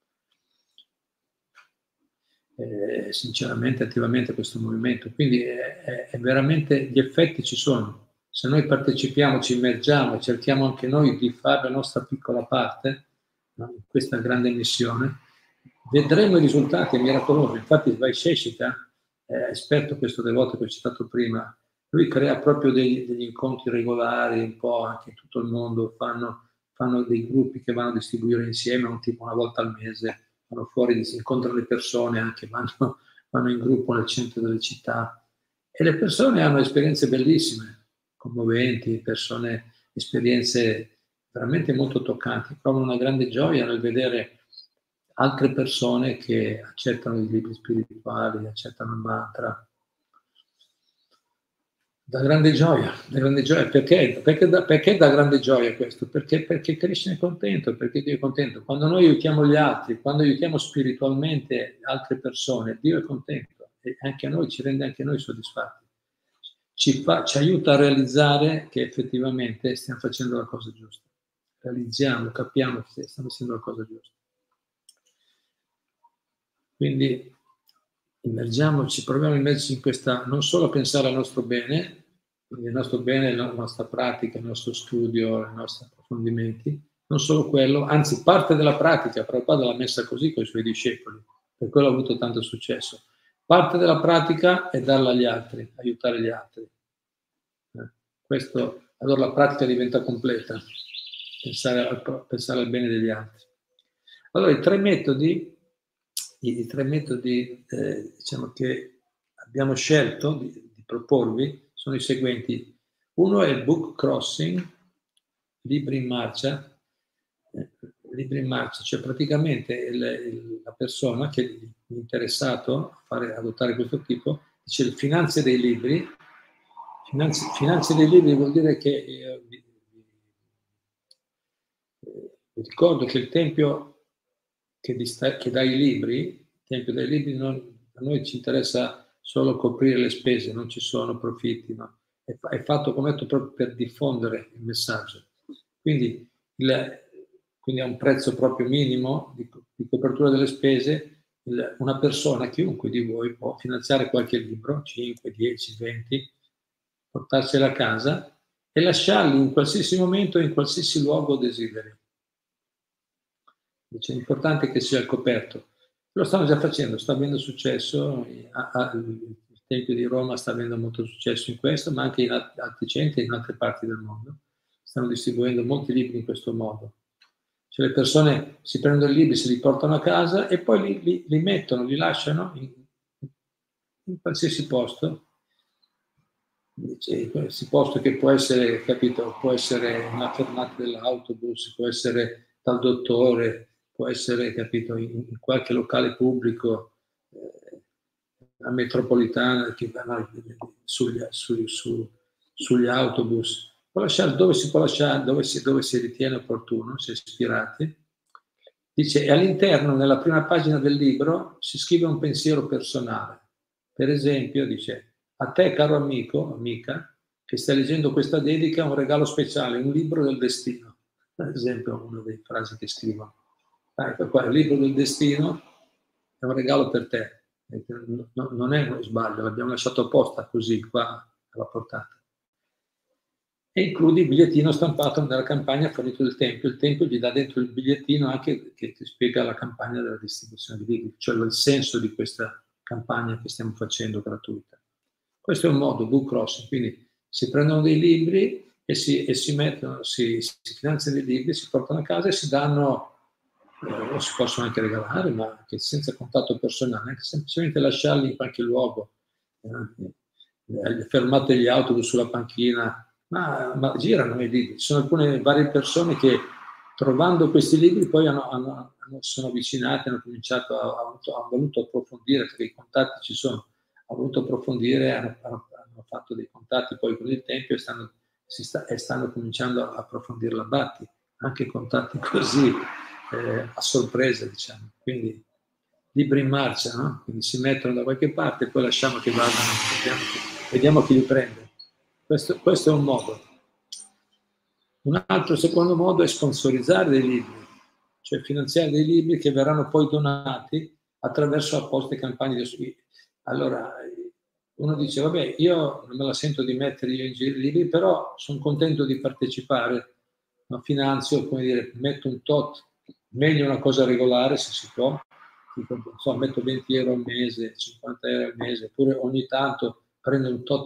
Sinceramente, attivamente a questo movimento. Quindi è veramente, gli effetti ci sono. Se noi partecipiamo, ci immergiamo e cerchiamo anche noi di fare la nostra piccola parte, no, in questa grande missione, vedremo i risultati miracolosi. Infatti Vaisheshika, esperto questo devoto che ho citato prima, Lui crea proprio degli incontri regolari, un po' anche in tutto il mondo, fanno dei gruppi che vanno a distribuire insieme, un tipo una volta al mese, vanno fuori, si incontrano le persone, anche vanno in gruppo nel centro delle città. E le persone hanno esperienze bellissime, commoventi, esperienze veramente molto toccanti, provano una grande gioia nel vedere altre persone che accettano i libri spirituali, accettano il mantra. Da grande gioia, perché da grande gioia questo? Perché Krishna è contento, perché Dio è contento. Quando noi aiutiamo gli altri, quando aiutiamo spiritualmente altre persone, Dio è contento e anche a noi ci rende anche noi soddisfatti. Ci aiuta a realizzare che effettivamente stiamo facendo la cosa giusta. Realizziamo, capiamo che stiamo facendo la cosa giusta. Quindi proviamo a immergerci in questa, non solo a pensare al nostro bene, quindi il nostro bene, la nostra pratica, il nostro studio, i nostri approfondimenti, non solo quello, anzi parte della pratica, Prabhupada l'ha messa così con i suoi discepoli, per quello ha avuto tanto successo. Parte della pratica è darla agli altri, aiutare gli altri. Questo, allora la pratica diventa completa, pensare al bene degli altri. Allora i tre metodi diciamo, che abbiamo scelto di proporvi sono i seguenti. Uno è il book crossing, libri in marcia, cioè praticamente la persona che è interessato a adottare questo tipo dice il finanzia dei libri. Finanzia dei libri vuol dire che vi ricordo che il tempio che dà i libri, il tempio dei libri, a noi ci interessa solo coprire le spese, non ci sono profitti, no? È fatto, come detto, proprio per diffondere il messaggio. Quindi a un prezzo proprio minimo di copertura delle spese, una persona, chiunque di voi, può finanziare qualche libro, 5, 10, 20, portarsela a casa e lasciarli in qualsiasi momento, in qualsiasi luogo desideri. Dice, l'importante è che sia coperto. Lo stanno già facendo, sta avendo successo, il Tempio di Roma sta avendo molto successo in questo, ma anche in altri centri e in altre parti del mondo. Stanno distribuendo molti libri in questo modo. Cioè le persone si prendono i libri, se li portano a casa e poi li mettono, li lasciano in qualsiasi posto. Qualsiasi posto che può essere, capito, può essere una fermata dell'autobus, può essere dal dottore, può essere, capito, in qualche locale pubblico, la metropolitana che va sugli autobus. Può lasciare dove si può lasciare, dove si ritiene opportuno, si è ispirati. Dice, e all'interno, nella prima pagina del libro, si scrive un pensiero personale. Per esempio, dice, a te, caro amico, amica, che stai leggendo questa dedica, un regalo speciale, un libro del destino. Per esempio, una delle frasi che scrivono. Ecco qua, il libro del destino è un regalo per te. Non è uno sbaglio, l'abbiamo lasciato apposta così, qua alla portata. E include il bigliettino stampato nella campagna fornito del Tempio. Il Tempio gli dà dentro il bigliettino anche che ti spiega la campagna della distribuzione di libri, cioè il senso di questa campagna che stiamo facendo gratuita. Questo è un modo, book crossing, quindi si prendono dei libri e si finanziano dei libri, si portano a casa e si danno, o si possono anche regalare, ma anche senza contatto personale, anche semplicemente lasciarli in qualche luogo, fermate gli autobus sulla panchina, ma girano i libri. Ci sono alcune varie persone che trovando questi libri poi sono avvicinate, hanno cominciato, hanno voluto approfondire, perché i contatti ci sono, hanno voluto approfondire, hanno fatto dei contatti poi con il Tempio e stanno cominciando a approfondire la Bhakti, anche contatti così a sorpresa, diciamo. Quindi libri in marcia, no? Quindi si mettono da qualche parte e poi lasciamo che vadano, vediamo chi li prende. Questo è un modo. Un altro secondo modo è sponsorizzare dei libri, cioè finanziare dei libri che verranno poi donati attraverso apposte campagne di. Allora, uno dice, vabbè, io non me la sento di mettere io in giro i libri, però sono contento di partecipare, ma finanzio, come dire, metto un tot, meglio una cosa regolare se si può, tipo, metto 20 euro al mese, 50 euro al mese, oppure ogni tanto prendo un tot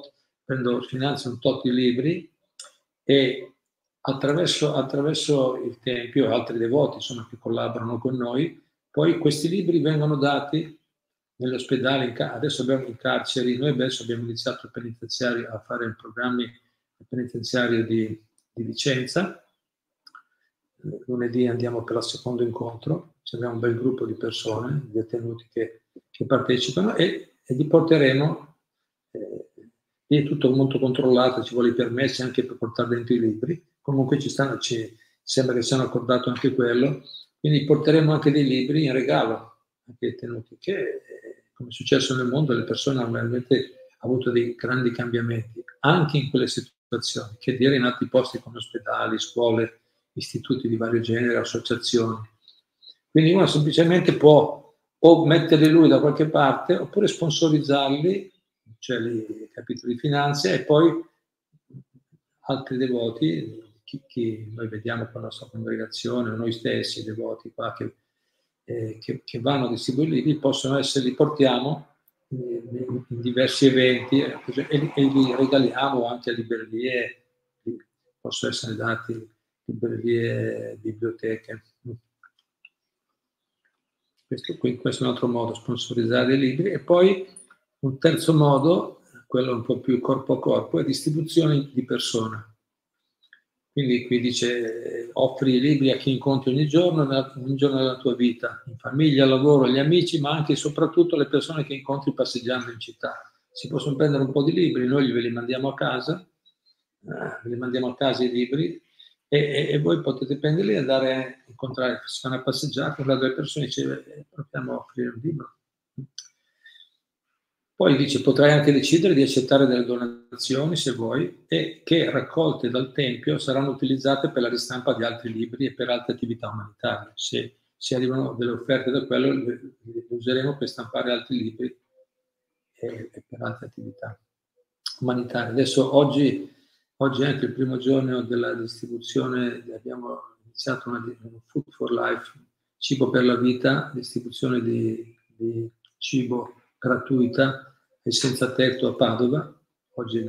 finanzio un tot di libri e attraverso il Tempio e altri devoti, insomma, che collaborano con noi, poi questi libri vengono dati nell'ospedale, adesso abbiamo in carceri, noi adesso abbiamo iniziato il penitenziario a fare programmi del penitenziario di Vicenza. Lunedì andiamo per il secondo incontro, abbiamo un bel gruppo di persone, detenuti che partecipano e li porteremo, lì è tutto molto controllato, ci vuole i permessi anche per portare dentro i libri, comunque sembra che ci hanno accordato anche quello, quindi porteremo anche dei libri in regalo anche ai detenuti, che come è successo nel mondo le persone hanno veramente avuto dei grandi cambiamenti, anche in quelle situazioni, che dire in altri posti come ospedali, scuole, istituti di vario genere, associazioni. Quindi uno semplicemente può o metterli lui da qualche parte oppure sponsorizzarli, cioè i capitoli di finanza, e poi altri devoti, chi noi vediamo con la nostra congregazione, noi stessi, devoti qua che vanno a distribuire libri, li portiamo in diversi eventi e li regaliamo anche a librerie, possono essere dati librerie, biblioteche. Questo è un altro modo, sponsorizzare i libri. E poi un terzo modo, quello un po' più corpo a corpo, è distribuzione di persona. Quindi qui dice offri i libri a chi incontri ogni giorno della tua vita, in famiglia, al lavoro, agli amici, ma anche e soprattutto alle persone che incontri passeggiando in città. Si possono prendere un po' di libri, noi ve li mandiamo a casa, i libri, e voi potete prenderli e andare a incontrare, si fanno a passeggiare, con due persone, dice, proviamo a offrire un libro. Poi dice, potrai anche decidere di accettare delle donazioni, se vuoi, e che raccolte dal Tempio saranno utilizzate per la ristampa di altri libri e per altre attività umanitarie. Se arrivano delle offerte da quello, le useremo per stampare altri libri e per altre attività umanitarie. Adesso oggi è anche il primo giorno della distribuzione, abbiamo iniziato una Food for Life, cibo per la vita, distribuzione di cibo gratuita e senza tetto a Padova. Oggi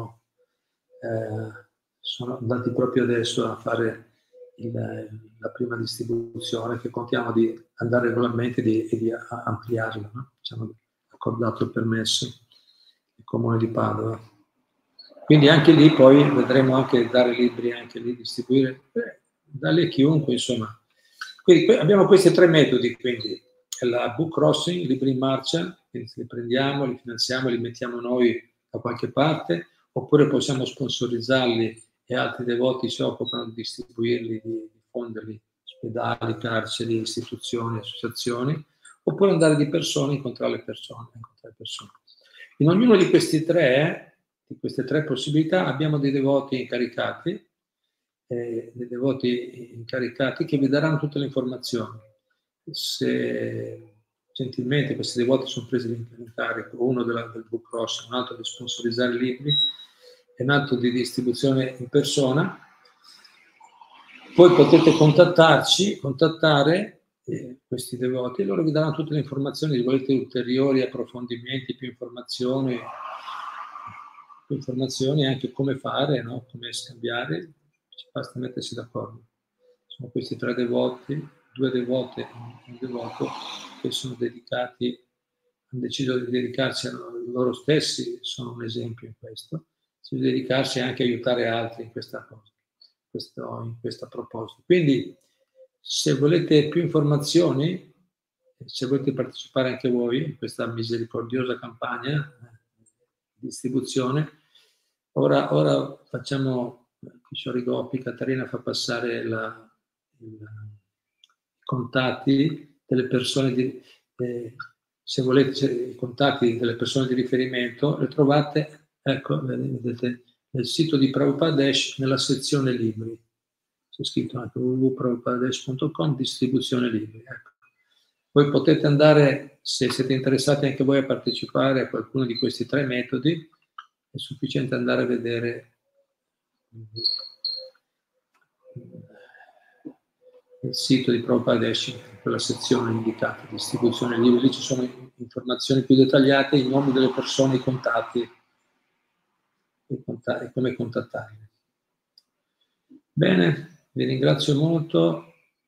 sono andati proprio adesso a fare la prima distribuzione, che contiamo di andare regolarmente e di ampliarla, no? Ci hanno accordato il permesso il Comune di Padova. Quindi anche lì poi vedremo anche dare libri, anche lì distribuire, darli a chiunque, insomma. Quindi abbiamo questi tre metodi, quindi la book crossing, libri in marcia, quindi li prendiamo, li finanziamo, li mettiamo noi da qualche parte, oppure possiamo sponsorizzarli e altri devoti si occupano di distribuirli, di diffonderli, ospedali, carceri, istituzioni, associazioni, oppure andare di persona a incontrare le persone. In ognuno di queste tre possibilità abbiamo dei devoti incaricati, che vi daranno tutte le informazioni. Se gentilmente questi devoti sono presi in carico, uno del book cross, un altro di sponsorizzare i libri e un altro di distribuzione in persona, voi potete contattare questi devoti e loro vi daranno tutte le informazioni. Se volete ulteriori approfondimenti, più informazioni anche come fare, no? Come scambiare, ci basta mettersi d'accordo. Sono questi tre devoti, due devote e un devoto, che sono dedicati, hanno deciso di dedicarsi a loro stessi, sono un esempio in questo, di dedicarsi anche a aiutare altri in questa cosa, in questa proposta. Quindi se volete più informazioni, se volete partecipare anche voi in questa misericordiosa campagna di distribuzione, ora facciamo, Rigopi, Caterina fa passare i contatti delle persone, se volete i contatti delle persone di riferimento, le trovate, ecco, vedete, nel sito di Prabhupadesh nella sezione libri. C'è scritto anche www.prabhupadesh.com, distribuzione libri. Ecco. Voi potete andare, se siete interessati anche voi a partecipare a qualcuno di questi tre metodi, è sufficiente andare a vedere il sito di Prabhupadesh, in quella sezione indicata, distribuzione libri. Lì ci sono informazioni più dettagliate, i nomi delle persone, i contatti. e come contattarli. Bene, vi ringrazio molto.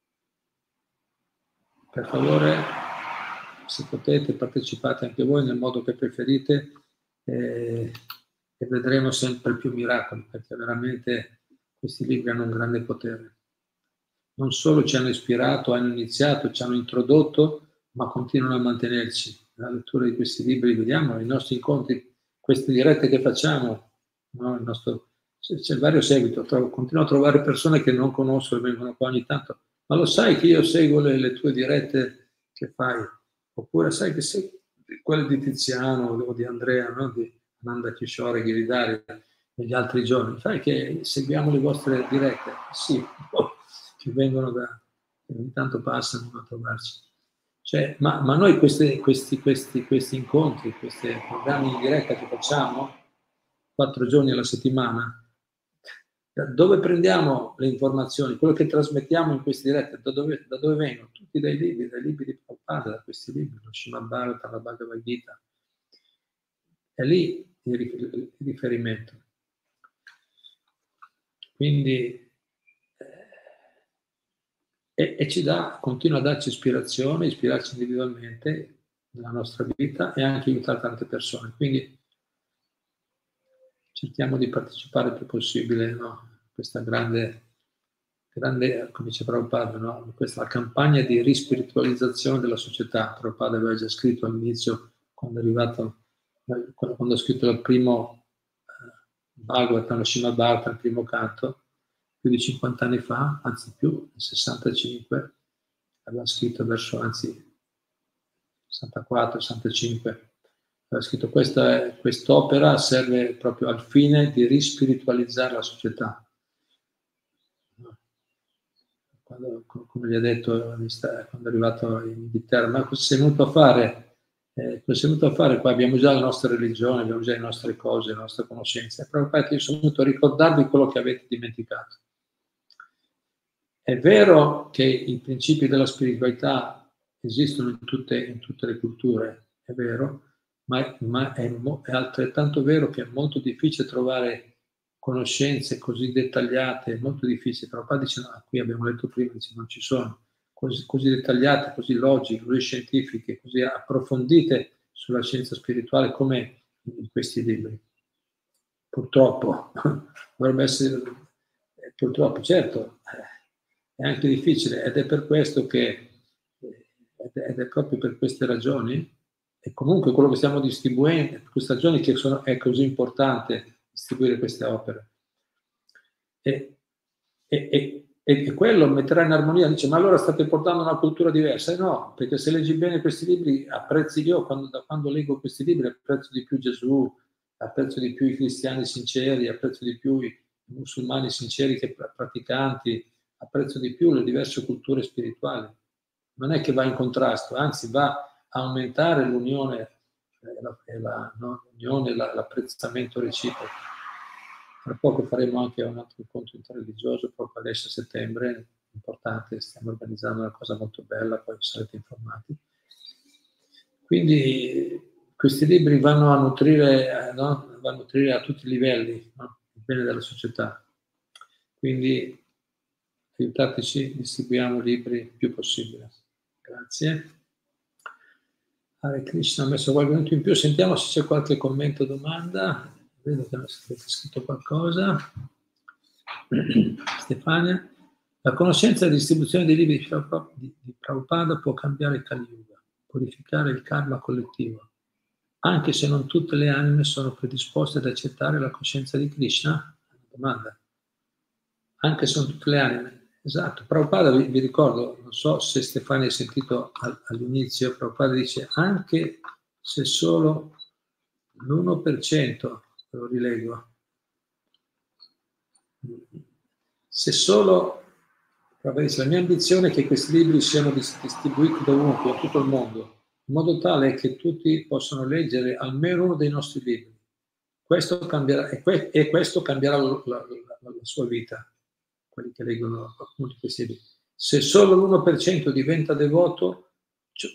Per favore, se potete, partecipate anche voi nel modo che preferite e vedremo sempre più miracoli, perché veramente questi libri hanno un grande potere. Non solo ci hanno ispirato, hanno iniziato, ci hanno introdotto, ma continuano a mantenerci. Nella lettura di questi libri vediamo i nostri incontri, queste dirette che facciamo, no? C'è vario seguito, continuo a trovare persone che non conosco e vengono qua ogni tanto. Ma lo sai che io seguo le tue dirette che fai? Oppure sai che segui quelle di Tiziano o di Andrea, no? Di Ananda Kishore, Giridhari, negli altri giorni. Sai che seguiamo le vostre dirette? Sì, che vengono ogni tanto passano a trovarci. Cioè, ma noi questi incontri, questi programmi in diretta che facciamo 4 giorni alla settimana, da dove prendiamo le informazioni? Quello che trasmettiamo in queste dirette, da dove vengono? Tutti dai libri di Prabhupada, da questi libri, lo Srimad Bhagavatam, la Bhagavad Gita. È lì il riferimento. Quindi e ci continua a darci ispirarci individualmente nella nostra vita e anche aiutare tante persone. Quindi cerchiamo di partecipare il più possibile, no? Questa grande, come dice Prabhupada, no? Questa è la campagna di rispiritualizzazione della società. Prabhupada aveva già scritto all'inizio, quando ha scritto il primo Bhagavatam, lo Srimad Bhagavatam, il primo canto, più di 50 anni fa, anzi più, nel 65, aveva scritto anzi 64, 65, aveva scritto quest'opera serve proprio al fine di rispiritualizzare la società. Come gli ha detto quando è arrivato in Inghilterra, ma cosa sei venuto a fare? Cosa sei venuto a fare qua? Abbiamo già la nostra religione, abbiamo già le nostre cose, le nostre conoscenze. E proprio io sono venuto a ricordarvi quello che avete dimenticato. È vero che i principi della spiritualità esistono in tutte le culture, è vero, ma è altrettanto vero che è molto difficile trovare conoscenze così dettagliate, è molto difficile. Prabhupada dice, no, qui abbiamo letto prima, dice, non ci sono, così dettagliate, così logiche, così scientifiche, così approfondite sulla scienza spirituale come in questi libri. Purtroppo, dovrebbe essere, purtroppo, certo, è anche difficile ed è per questo che, ed è proprio per queste ragioni, e comunque quello che stiamo distribuendo, per queste ragioni che è così importante distribuire queste opere. E quello metterà in armonia, dice, ma allora state portando una cultura diversa? No, perché se leggi bene questi libri, apprezzi io, da quando leggo questi libri, apprezzo di più Gesù, apprezzo di più i cristiani sinceri, apprezzo di più i musulmani sinceri che praticanti, apprezzo di più le diverse culture spirituali. Non è che va in contrasto, anzi va a aumentare l'unione, l'apprezzamento reciproco. Tra poco faremo anche un altro incontro interreligioso, proprio adesso a settembre, importante, stiamo organizzando una cosa molto bella, poi sarete informati. Quindi questi libri vanno a nutrire, no? Vanno a nutrire a tutti i livelli, no? Il bene della società. Quindi aiutateci, distribuiamo libri il più possibile. Grazie. Hare Krishna, ho messo qualche minuto in più, sentiamo se c'è qualche commento o domanda. Vedo che avete scritto qualcosa. Stefania, la conoscenza e la distribuzione dei libri di Prabhupada può cambiare il Kali Yuga, purificare il karma collettivo, anche se non tutte le anime sono predisposte ad accettare la coscienza di Krishna? Domanda. Anche se non tutte le anime. Esatto, Prabhupada, vi ricordo, non so se Stefania hai sentito all'inizio, Prabhupada dice anche se solo l'1%, lo rilego, se solo, Prabhupada dice, la mia ambizione è che questi libri siano distribuiti dovunque, in tutto il mondo, in modo tale che tutti possano leggere almeno uno dei nostri libri. Questo cambierà, e questo cambierà la sua vita. Quelli che leggono appunto questi libri. Se solo l'1% diventa devoto,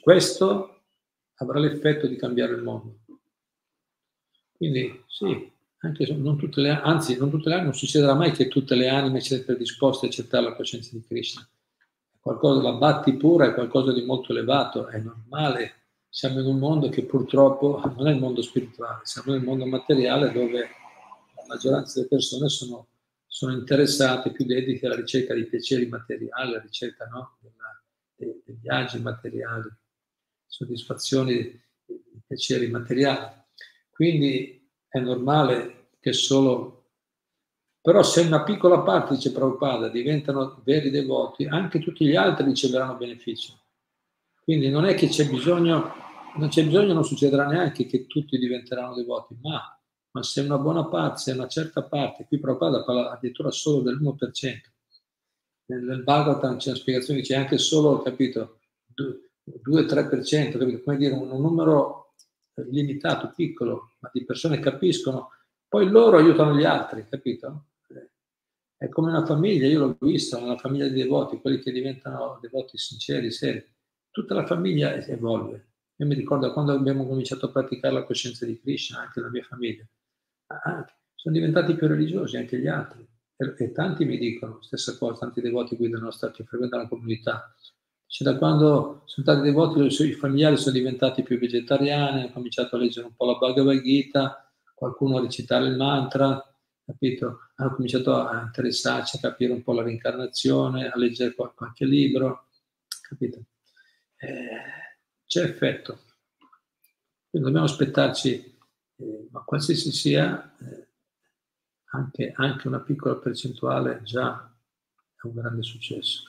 questo avrà l'effetto di cambiare il mondo. Quindi sì, anche se non tutte le, anzi, non tutte le anime, non succederà mai che tutte le anime siano predisposte a accettare la coscienza di Krishna. Qualcosa, la bhakti pura è qualcosa di molto elevato, è normale. Siamo in un mondo che purtroppo non è il mondo spirituale, siamo nel mondo materiale dove la maggioranza delle persone sono interessate, più dedicate alla ricerca di piaceri materiali, alla ricerca, no, dei viaggi materiali, soddisfazioni di piaceri materiali. Quindi è normale che solo... Però se una piccola parte, dice Prabhupada, diventano veri devoti, anche tutti gli altri riceveranno benefici. Quindi non è che c'è bisogno, non succederà neanche che tutti diventeranno devoti, ma se una buona parte, se una certa parte, qui Prabhupada parla addirittura solo dell'1%, nel Bhagavatam c'è una spiegazione che c'è anche solo, capito, 2-3%, capito? Come dire, un numero limitato, piccolo, ma di persone che capiscono, poi loro aiutano gli altri, capito? È come una famiglia, io l'ho visto, una famiglia di devoti, quelli che diventano devoti sinceri, seri, tutta la famiglia evolve. Io mi ricordo quando abbiamo cominciato a praticare la coscienza di Krishna, anche la mia famiglia, sono diventati più religiosi anche gli altri. E tanti mi dicono, stessa cosa, tanti devoti qui che frequentano la comunità. Cioè, da quando sono stati devoti, i familiari sono diventati più vegetariani, hanno cominciato a leggere un po' la Bhagavad Gita, qualcuno a recitare il mantra, capito? Hanno cominciato a interessarsi, a capire un po' la reincarnazione, a leggere qualche libro, capito? C'è effetto. Quindi dobbiamo aspettarci, ma qualsiasi sia, anche una piccola percentuale già è un grande successo.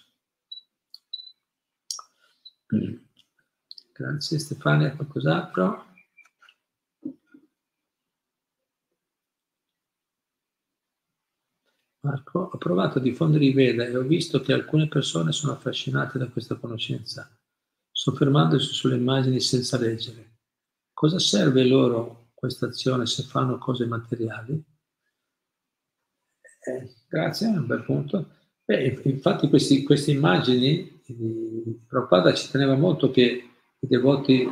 Grazie Stefania, qualcos'altro? Marco, ho provato a diffondere i Veda e ho visto che alcune persone sono affascinate da questa conoscenza, soffermandosi sulle immagini senza leggere. Cosa serve loro questa azione se fanno cose materiali? Grazie, è un bel punto. Infatti queste immagini, Prabhupada ci teneva molto che i devoti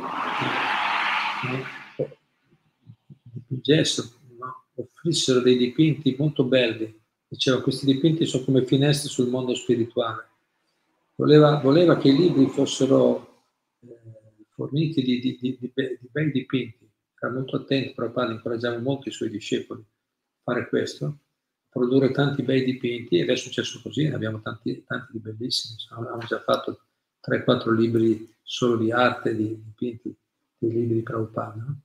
di gesso offrissero dei dipinti molto belli. Diceva, questi dipinti sono come finestre sul mondo spirituale. Voleva che i libri fossero forniti di bei dipinti. Era molto attento, Prabhupada incoraggiava molto i suoi discepoli a fare questo, produrre tanti bei dipinti, ed è successo così, ne abbiamo tanti di bellissimi. Abbiamo già fatto 3-4 libri solo di arte, di dipinti, dei libri di Prabhupada. No?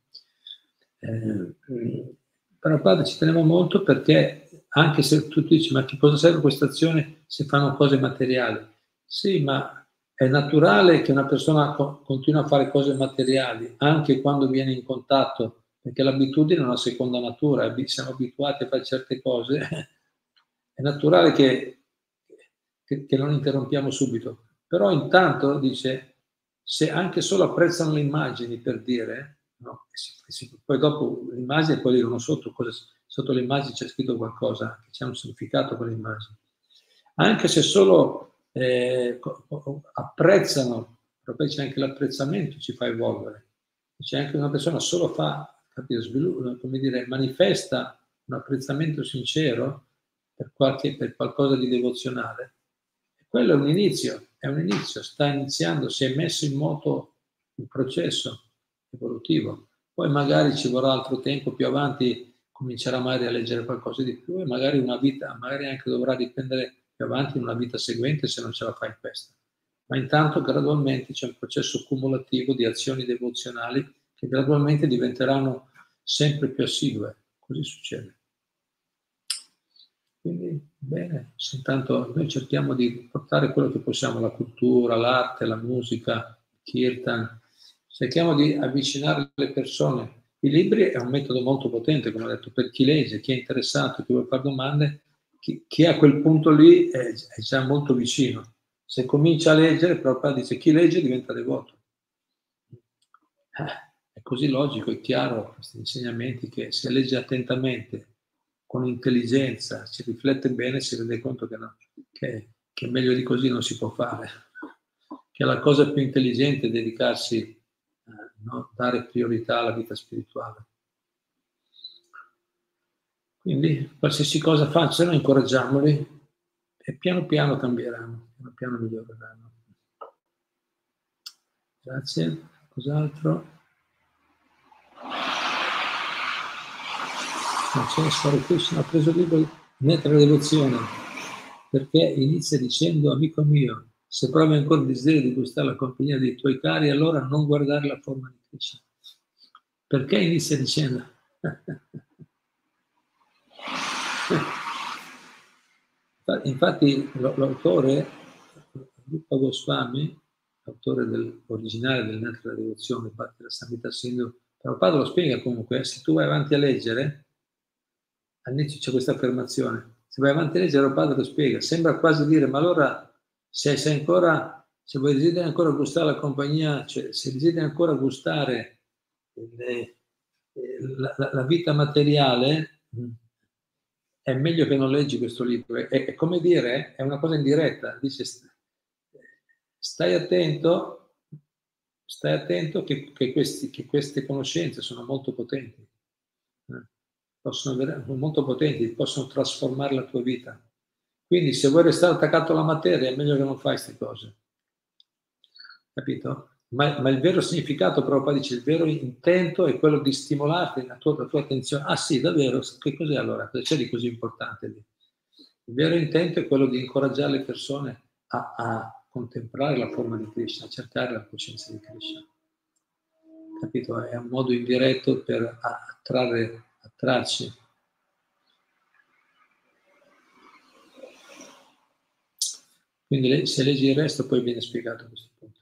Prabhupada ci teneva molto perché, anche se tu dici, ma che cosa serve questa azione se fanno cose materiali? Sì, ma è naturale che una persona continui a fare cose materiali anche quando viene in contatto, perché l'abitudine è una seconda natura, siamo abituati a fare certe cose, è naturale che non interrompiamo subito. Però intanto, dice, se anche solo apprezzano le immagini, per dire, no? Poi dopo l'immagine, poi dicono sotto le immagini c'è scritto qualcosa, che c'è un significato con le immagini. Anche se solo apprezzano, proprio c'è anche l'apprezzamento ci fa evolvere. C'è anche una persona solo capito, sviluppa, come dire, manifesta un apprezzamento sincero per qualcosa di devozionale. E quello è un inizio, sta iniziando, si è messo in moto il processo evolutivo. Poi magari ci vorrà altro tempo, più avanti comincerà magari a leggere qualcosa di più e magari una vita, magari anche dovrà dipendere più avanti in una vita seguente se non ce la fa in questa. Ma intanto gradualmente c'è un processo cumulativo di azioni devozionali che gradualmente diventeranno sempre più assidue. Così succede. Quindi, bene, intanto noi cerchiamo di portare quello che possiamo, la cultura, l'arte, la musica, kirtan, cerchiamo di avvicinare le persone. I libri è un metodo molto potente, come ho detto, per chi legge, chi è interessato, chi vuole fare domande, chi a quel punto lì è già molto vicino. Se comincia a leggere, proprio dice chi legge diventa devoto. È così logico e chiaro questi insegnamenti che se legge attentamente, con intelligenza, si riflette bene, si rende conto che meglio di così non si può fare. Che la cosa più intelligente è dedicarsi a dare priorità alla vita spirituale. Quindi qualsiasi cosa facciano, incoraggiamoli e piano piano cambieranno, piano piano miglioreranno. Grazie. Cos'altro? Krishna ha preso il libro Netta Devozione perché inizia dicendo: amico mio, se provi ancora il desiderio di gustare la compagnia dei tuoi cari, allora non guardare la forma di Krishna. Perché inizia dicendo? Infatti l'autore, Rupa Goswami, l'autore originale del Netta della Devozione, parte della Samhita Sindhu, Prabhupada lo spiega comunque, se tu vai avanti a leggere, all'inizio c'è questa affermazione, se vai avanti a leggere Prabhupada lo spiega, sembra quasi dire, ma allora se vuoi desideri ancora gustare la compagnia, cioè se desideri ancora gustare la vita materiale, è meglio che non leggi questo libro. È come dire, è una cosa indiretta. Dice, stai attento che queste conoscenze sono molto potenti. Sono molto potenti, possono trasformare la tua vita. Quindi se vuoi restare attaccato alla materia è meglio che non fai queste cose. Capito? Ma il vero significato, Prabhupada dice, il vero intento è quello di stimolarti la tua attenzione. Ah sì, davvero? Che cos'è allora? Cosa c'è di così importante lì? Il vero intento è quello di incoraggiare le persone a contemplare la forma di Krishna, a cercare la coscienza di Krishna. Capito? È un modo indiretto per attrarci. Quindi se leggi il resto poi viene spiegato a questo punto.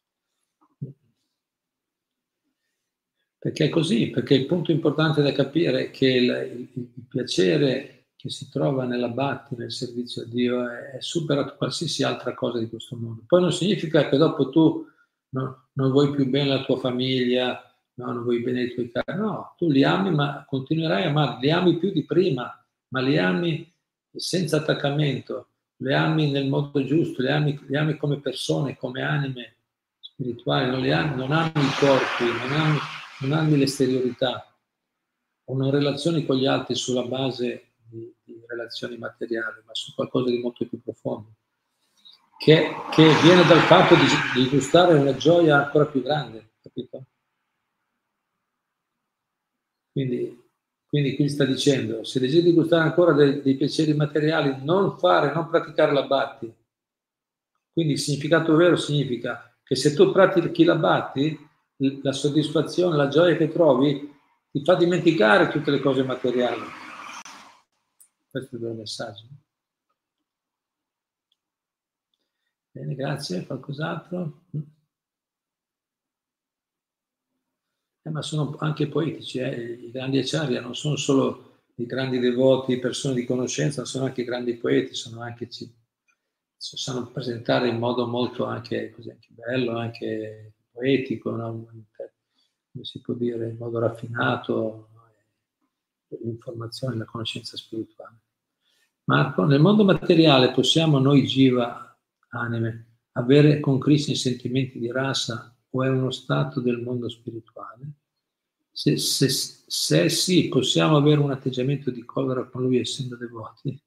Perché è così, perché il punto importante da capire è che il piacere che si trova nella bhakti, nel servizio a Dio, è superato qualsiasi altra cosa di questo mondo. Poi non significa che dopo tu non vuoi più bene la tua famiglia, no, non vuoi bene i tuoi cari, no, tu li ami, ma continuerai a amarli, li ami più di prima, ma li ami senza attaccamento, li ami nel modo giusto, li ami come persone, come anime spirituali, non ami i corpi, non ami l'esteriorità, o non relazioni con gli altri sulla base di relazioni materiali, ma su qualcosa di molto più profondo, che viene dal fatto di gustare una gioia ancora più grande, capito? Quindi qui sta dicendo, se desideri gustare ancora dei piaceri materiali, non praticare la bhakti. Quindi il significato vero significa che se tu pratichi la bhakti, la soddisfazione, la gioia che trovi ti fa dimenticare tutte le cose materiali. Questo è il vero messaggio. Bene, grazie. Qualcos'altro? Ma sono anche poetici, i grandi acharya non sono solo i grandi devoti, persone di conoscenza, sono anche i grandi poeti, sanno presentare in modo molto anche bello, anche poetico, no? Come si può dire, in modo raffinato, l'informazione, la conoscenza spirituale. Marco, nel mondo materiale possiamo noi jiva, anime, avere con Krishna i sentimenti di rasa o è uno stato del mondo spirituale? Se sì, possiamo avere un atteggiamento di collera con lui essendo devoti?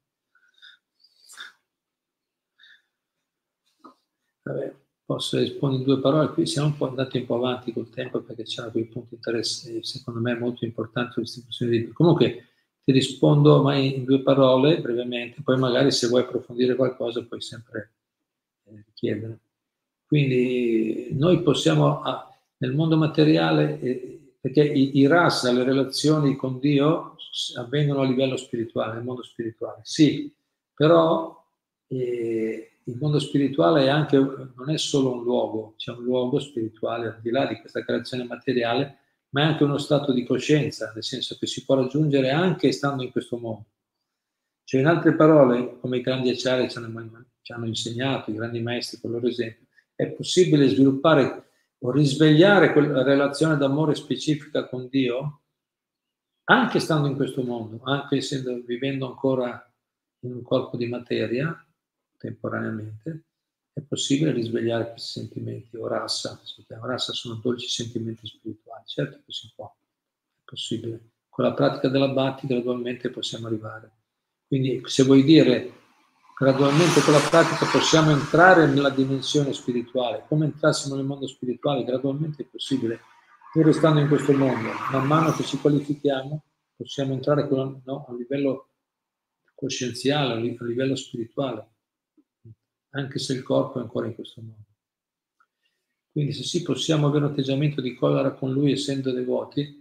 Vabbè, posso rispondere in 2 parole, qui siamo un po' andati un po' avanti col tempo perché c'erano quei punti interessanti, secondo me molto importanti l'istituzione di... Comunque ti rispondo mai in 2 parole brevemente, poi magari se vuoi approfondire qualcosa puoi sempre chiedere. Quindi noi possiamo, nel mondo materiale, perché i rasa, le relazioni con Dio avvengono a livello spirituale, nel mondo spirituale, sì, però il mondo spirituale non è solo un luogo, c'è un luogo spirituale al di là di questa creazione materiale, ma è anche uno stato di coscienza, nel senso che si può raggiungere anche stando in questo mondo. Cioè, in altre parole, come i grandi acciari ci hanno insegnato, i grandi maestri con il loro esempio, è possibile sviluppare o risvegliare quella relazione d'amore specifica con Dio anche stando in questo mondo, anche vivendo ancora in un corpo di materia, temporaneamente, è possibile risvegliare questi sentimenti, o rasa, si chiama rasa, sono dolci sentimenti spirituali, certo che si può, è possibile, con la pratica della Bhakti gradualmente possiamo arrivare. Quindi se vuoi dire gradualmente con la pratica possiamo entrare nella dimensione spirituale, come entrassimo nel mondo spirituale, gradualmente è possibile, pur restando in questo mondo. Man mano che ci qualifichiamo possiamo entrare a livello coscienziale, a livello spirituale, anche se il corpo è ancora in questo mondo. Quindi se sì, possiamo avere un atteggiamento di collera con lui essendo devoti,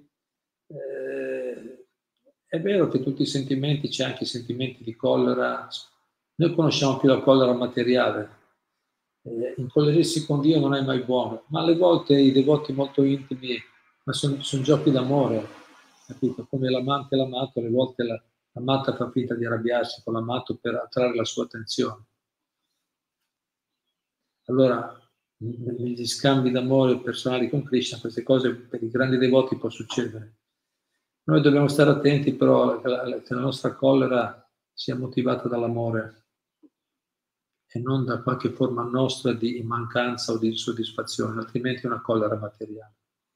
è vero che tutti i sentimenti, c'è anche i sentimenti di collera, noi conosciamo più la collera materiale, incollerirsi con Dio non è mai buono, ma alle volte i devoti molto intimi, ma sono giochi d'amore, capito? Come l'amante e l'amato, alle volte l'amata fa finta di arrabbiarsi con l'amato per attrarre la sua attenzione. Allora, negli scambi d'amore personali con Krishna, queste cose per i grandi devoti può succedere. Noi dobbiamo stare attenti però che la nostra collera sia motivata dall'amore e non da qualche forma nostra di mancanza o di insoddisfazione, altrimenti è una collera materiale.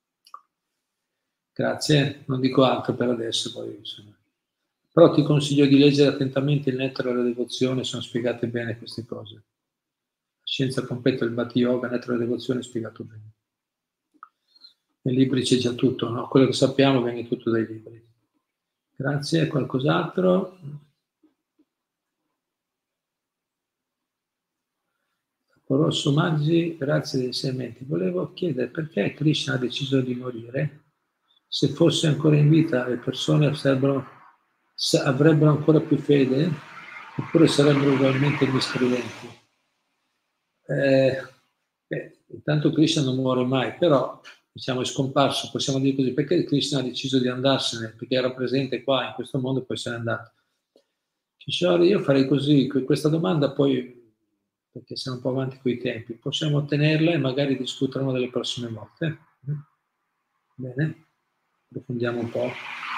Grazie, non dico altro per adesso, poi, insomma. Però ti consiglio di leggere attentamente il Nettare della Devozione, sono spiegate bene queste cose. La scienza completa del Bhakti Yoga, Nettare della Devozione è spiegato bene. Nei libri c'è già tutto, no? Quello che sappiamo viene tutto dai libri. Grazie, qualcos'altro? Rosso Maggi, grazie dei segmenti. Volevo chiedere perché Krishna ha deciso di morire. Se fosse ancora in vita le persone avrebbero ancora più fede oppure sarebbero ugualmente miscredenti. Intanto Krishna non muore mai, però diciamo è scomparso, possiamo dire così, perché Krishna ha deciso di andarsene, perché era presente qua in questo mondo e poi se n'è andato. Kishore, io farei così, questa domanda poi, perché siamo un po' avanti coi tempi, possiamo ottenerla e magari discuteremo delle prossime volte. Bene, approfondiamo un po'.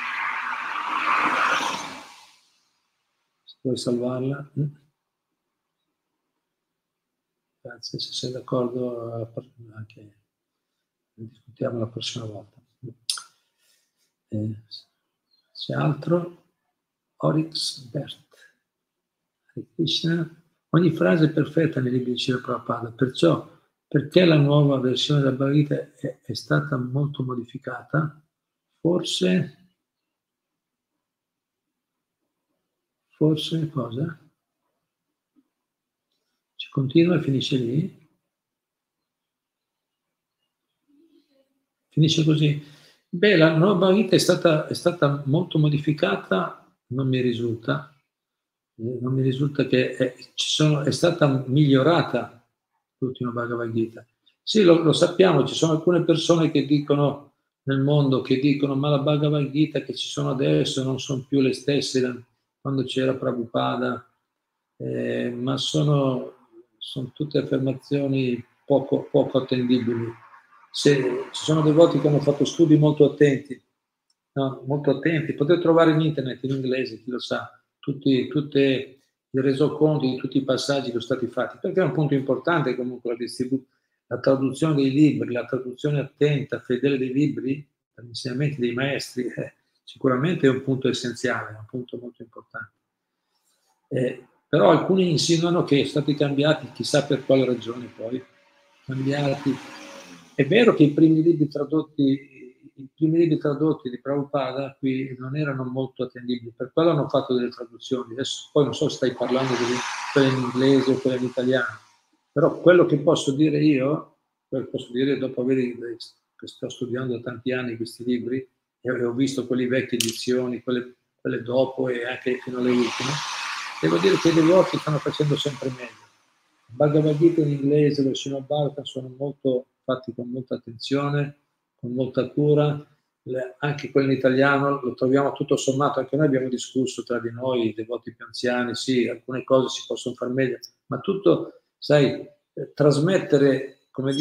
Se vuoi salvarla. Grazie, se sei d'accordo anche discutiamo la prossima volta. C'è altro? Oryx Bert. Hare Krishna. Ogni frase è perfetta nei libri di Srila Prabhupada, perciò perché la nuova versione della Bhagavad Gita è stata molto modificata, forse cosa? Ci continua e finisce lì? Finisce così? Beh, la nuova Bhagavad Gita è stata molto modificata, non mi risulta che è stata migliorata l'ultima Bhagavad Gita. Sì, lo sappiamo, ci sono alcune persone che dicono nel mondo, che dicono ma la Bhagavad Gita che ci sono adesso non sono più le stesse quando c'era Prabhupada, ma sono tutte affermazioni poco attendibili. Se ci sono devoti che hanno fatto studi molto attenti, no? Molto attenti, potete trovare in internet in inglese, chi lo sa, tutti i resoconti di tutti i passaggi che sono stati fatti, perché è un punto importante comunque la traduzione dei libri, la traduzione attenta, fedele dei libri, dagli insegnamenti dei maestri, sicuramente è un punto essenziale, è un punto molto importante. Però alcuni insinuano che sono stati cambiati, chissà per quale ragione poi, cambiati. È vero che i primi libri tradotti di Prabhupada qui non erano molto attendibili, per quello hanno fatto delle traduzioni. Adesso poi non so se stai parlando di quelle in inglese o quelle in italiano, però quello che posso dire io dopo che sto studiando da tanti anni questi libri e ho visto quelle vecchie edizioni, quelle dopo e anche fino alle ultime, devo dire che i devoti stanno facendo sempre meglio. Bhagavad Gita in inglese, lo Srimad Bhagavatam sono fatti con molta attenzione, con molta cura, anche quello in italiano lo troviamo tutto sommato, anche noi abbiamo discusso tra di noi, i devoti più anziani, sì, alcune cose si possono fare meglio, ma tutto, sai, trasmettere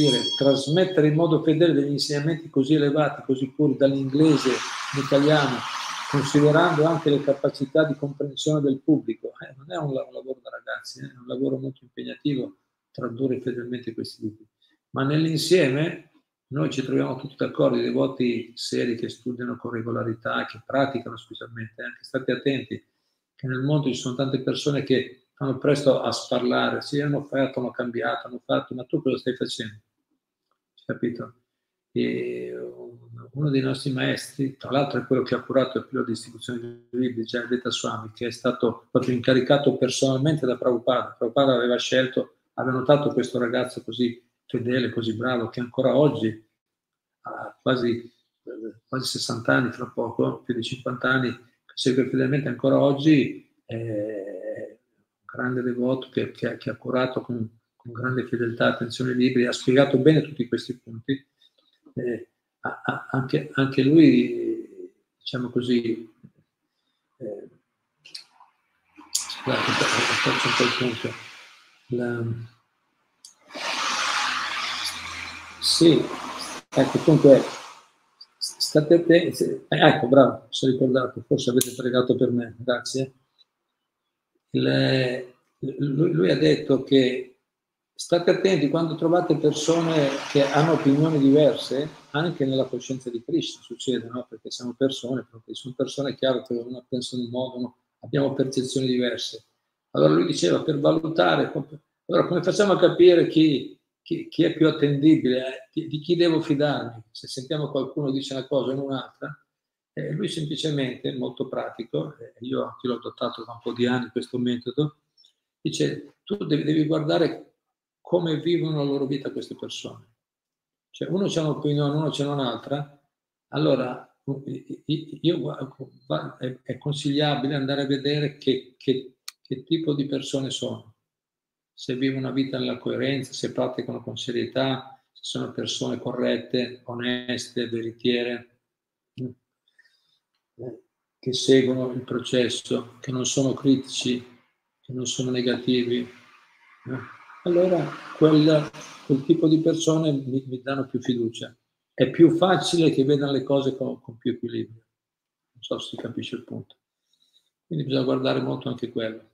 in modo fedele degli insegnamenti così elevati, così puri, dall'inglese all'italiano, considerando anche le capacità di comprensione del pubblico. Non è un lavoro da ragazzi, è un lavoro molto impegnativo tradurre fedelmente questi libri. Ma nell'insieme noi ci troviamo tutti d'accordo, i devoti seri che studiano con regolarità, che praticano specialmente, anche state attenti che nel mondo ci sono tante persone che fanno presto a sparlare, sì, hanno fatto, hanno cambiato, hanno fatto, ma tu cosa stai facendo? Capito? E uno dei nostri maestri, tra l'altro è quello che ha curato il periodo di distribuzione dei libri, Jayadvaita Swami, che è stato proprio incaricato personalmente da Prabhupada. Prabhupada aveva scelto, aveva notato questo ragazzo così fedele, così bravo, che ancora oggi, ha quasi 60 anni, fra poco, più di 50 anni, che segue fedelmente ancora oggi, è un grande devoto che ha curato con grande fedeltà, attenzione ai libri, ha spiegato bene tutti questi punti. Anche lui, diciamo così, scusate, faccio un po' il punto. Sì, ecco, comunque, state attenti. Ecco, bravo, mi sono ricordato, forse avete pregato per me, grazie. Lui ha detto che state attenti quando trovate persone che hanno opinioni diverse, anche nella coscienza di Krishna succede, no? Perché siamo persone, perché sono persone chiaro che una pensa in un modo, abbiamo percezioni diverse. Allora lui diceva, per valutare, allora come facciamo a capire chi è più attendibile, di chi devo fidarmi? Se sentiamo qualcuno dice una cosa e non un'altra, lui semplicemente, molto pratico, io anche l'ho adottato da un po' di anni questo metodo, dice tu devi guardare come vivono la loro vita queste persone. Cioè uno c'ha un'opinione, uno c'è un'altra, allora è consigliabile andare a vedere che tipo di persone sono. Se vivono una vita nella coerenza, se praticano con serietà, se sono persone corrette, oneste, veritiere, che seguono il processo, che non sono critici, che non sono negativi. Allora quel tipo di persone mi danno più fiducia. È più facile che vedano le cose con più equilibrio. Non so se si capisce il punto. Quindi bisogna guardare molto anche quello.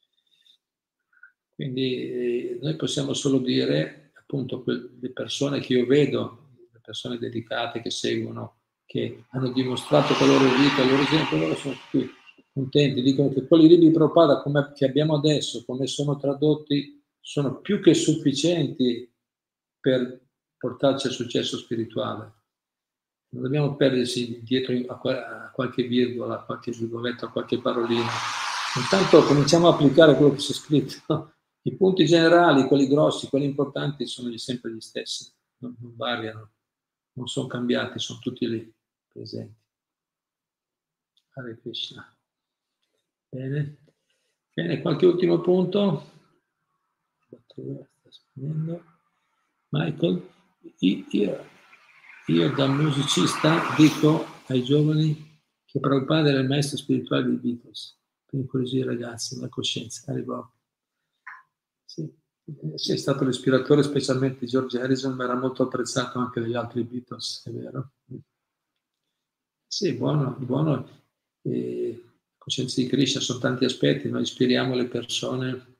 Quindi noi possiamo solo dire, appunto, le persone che io vedo, le persone dedicate che seguono, che hanno dimostrato con la loro vita, il loro esempio, loro sono tutti contenti, dicono che quelli libri di Prabhupada che abbiamo adesso, come sono tradotti, sono più che sufficienti per portarci al successo spirituale. Non dobbiamo perdersi dietro a qualche virgola, a qualche virgoletta, a qualche parolina. Intanto cominciamo a applicare quello che c'è scritto. I punti generali, quelli grossi, quelli importanti, sono sempre gli stessi, non variano, non sono cambiati, sono tutti lì presenti. Hare Krishna. Bene. Bene, qualche ultimo punto? Michael, io da musicista dico ai giovani che Prabhupada era il maestro spirituale dei Beatles, per incuriosire i ragazzi, la coscienza, arrivò. Sì, è stato l'ispiratore specialmente di George Harrison, ma era molto apprezzato anche dagli altri Beatles, è vero? Sì, buono. Coscienza di Krishna sono tanti aspetti, noi ispiriamo le persone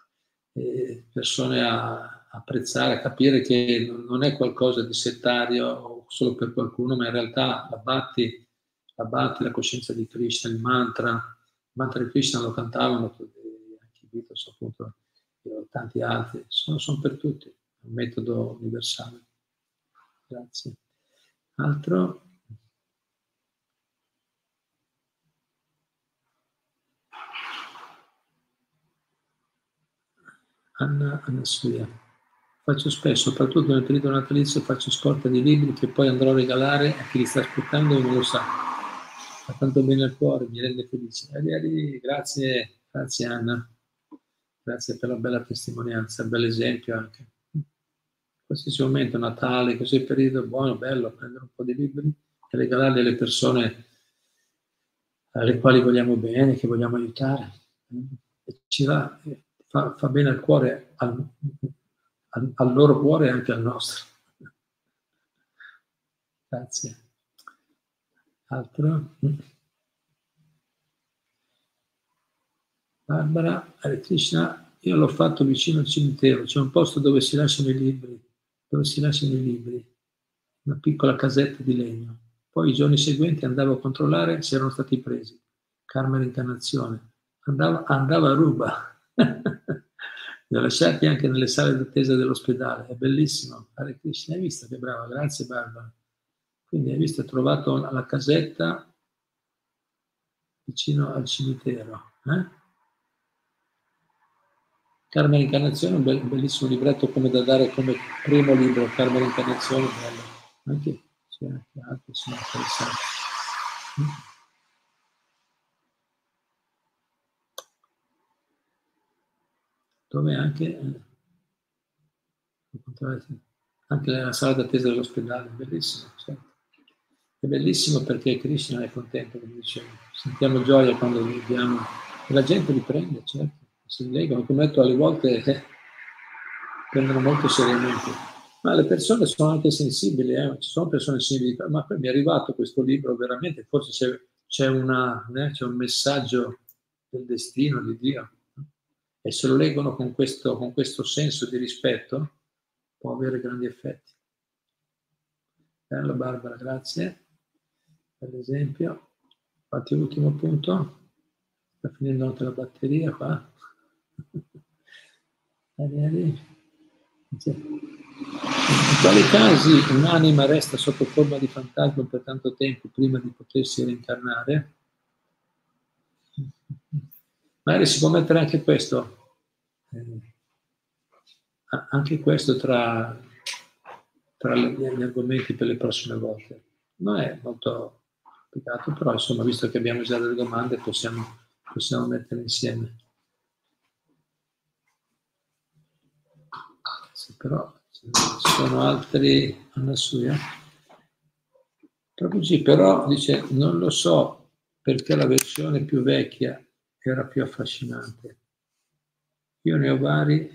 a apprezzare, a capire che non è qualcosa di settario o solo per qualcuno, ma in realtà la batti la coscienza di Krishna, il mantra di Krishna lo cantavano anche i Beatles, appunto, e tanti altri, sono per tutti, è un metodo universale. Grazie. Altro? Anna Suia. Faccio spesso, soprattutto nel periodo natalizio, faccio scorta di libri che poi andrò a regalare a chi li sta aspettando e non lo sa. Fa tanto bene al cuore, mi rende felice. Grazie Anna. Grazie per la bella testimonianza, bel esempio anche. Qualsiasi momento, Natale, così periodo buono, bello, prendere un po' di libri e regalarli alle persone alle quali vogliamo bene, che vogliamo aiutare. Ci va, fa bene al cuore, al loro cuore e anche al nostro. Grazie. Altro? Barbara, Hare Krishna, io l'ho fatto vicino al cimitero, c'è un posto dove si lasciano i libri, una piccola casetta di legno. Poi i giorni seguenti andavo a controllare se erano stati presi. Karma reincarnazione. Andava a ruba. Li ho lasciati anche nelle sale d'attesa dell'ospedale. È bellissimo. Hare Krishna, hai visto che brava? Grazie Barbara. Quindi hai visto, ho trovato la casetta vicino al cimitero. Karma reincarnazione, un bellissimo libretto come da dare come primo libro. Karma reincarnazione, bello. Anche altri sono interessanti. Dove anche la sala d'attesa dell'ospedale, bellissimo, certo. È bellissimo perché Krishna è contento, come dicevo. Sentiamo gioia quando vediamo e la gente li prende, certo, si legano, come detto, alle volte prendono molto seriamente. Ma le persone sono anche sensibili, ci sono persone sensibili, ma poi mi è arrivato questo libro, veramente, forse c'è un messaggio del destino di Dio, e se lo leggono con questo senso di rispetto, può avere grandi effetti. Bello Barbara, grazie per l'esempio. Infatti l'ultimo punto, sta finendo anche la batteria qua. In quali casi un'anima resta sotto forma di fantasma per tanto tempo prima di potersi reincarnare? Magari si può mettere anche questo, tra gli argomenti per le prossime volte. Non è molto complicato, però insomma, visto che abbiamo già delle domande, possiamo metterle insieme. Sì, però ci sono altri Anasuya. Prabhuji però dice, non lo so perché la versione più vecchia era più affascinante. Io ne ho vari.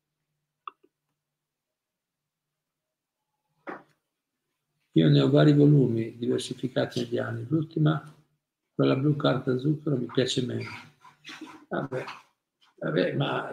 Io ne ho vari volumi diversificati negli anni. L'ultima, quella blu carta zucchero, mi piace meno. Vabbè, ma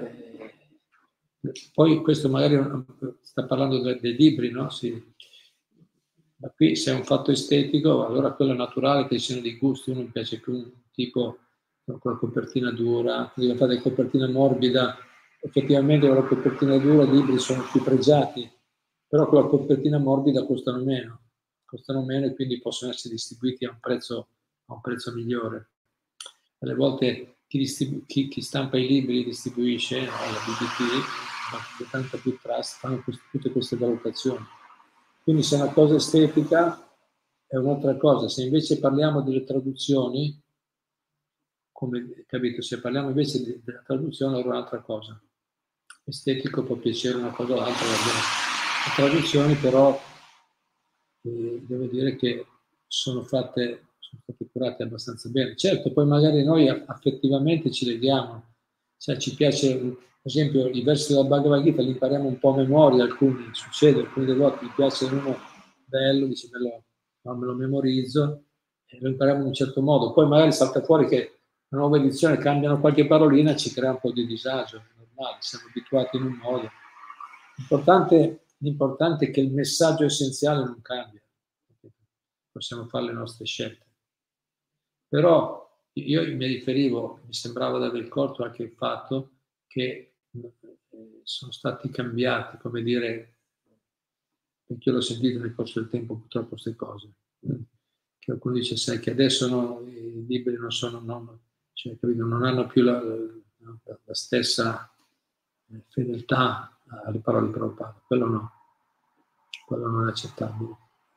poi questo magari sta parlando dei libri, no? Sì. Ma qui se è un fatto estetico, allora quello è naturale che ci siano dei gusti. Uno mi piace più un tipo con la copertina dura, diventata di copertina morbida. Effettivamente con la copertina dura i libri sono più pregiati, però con la copertina morbida costano meno e quindi possono essere distribuiti a un prezzo migliore. Alle volte chi stampa i libri li distribuisce alla BBT, ma c'è tanta più trust, fanno tutte queste valutazioni. Quindi se è una cosa estetica è un'altra cosa. Se invece parliamo delle traduzioni, come capito, se parliamo invece della traduzione è un'altra cosa. Estetico può piacere una cosa o l'altra. Le traduzioni però devo dire che sono state curate abbastanza bene. Certo, poi magari noi affettivamente ci leghiamo, cioè ci piace, per esempio, i versi della Bhagavad Gita li impariamo un po' a memoria, alcuni delle volte mi piace uno bello, dice me lo memorizzo e lo impariamo in un certo modo. Poi magari salta fuori che una nuova edizione cambiano qualche parolina, ci crea un po' di disagio, è normale, siamo abituati in un modo. L'importante è che il messaggio essenziale non cambia, possiamo fare le nostre scelte. Però io mi sembrava da aver colto anche il fatto che sono stati cambiati, come dire, perché io l'ho sentito nel corso del tempo purtroppo queste cose, che qualcuno dice, sai, che adesso i libri non hanno più la stessa fedeltà alle parole di Prabhupada, quello non è accettabile.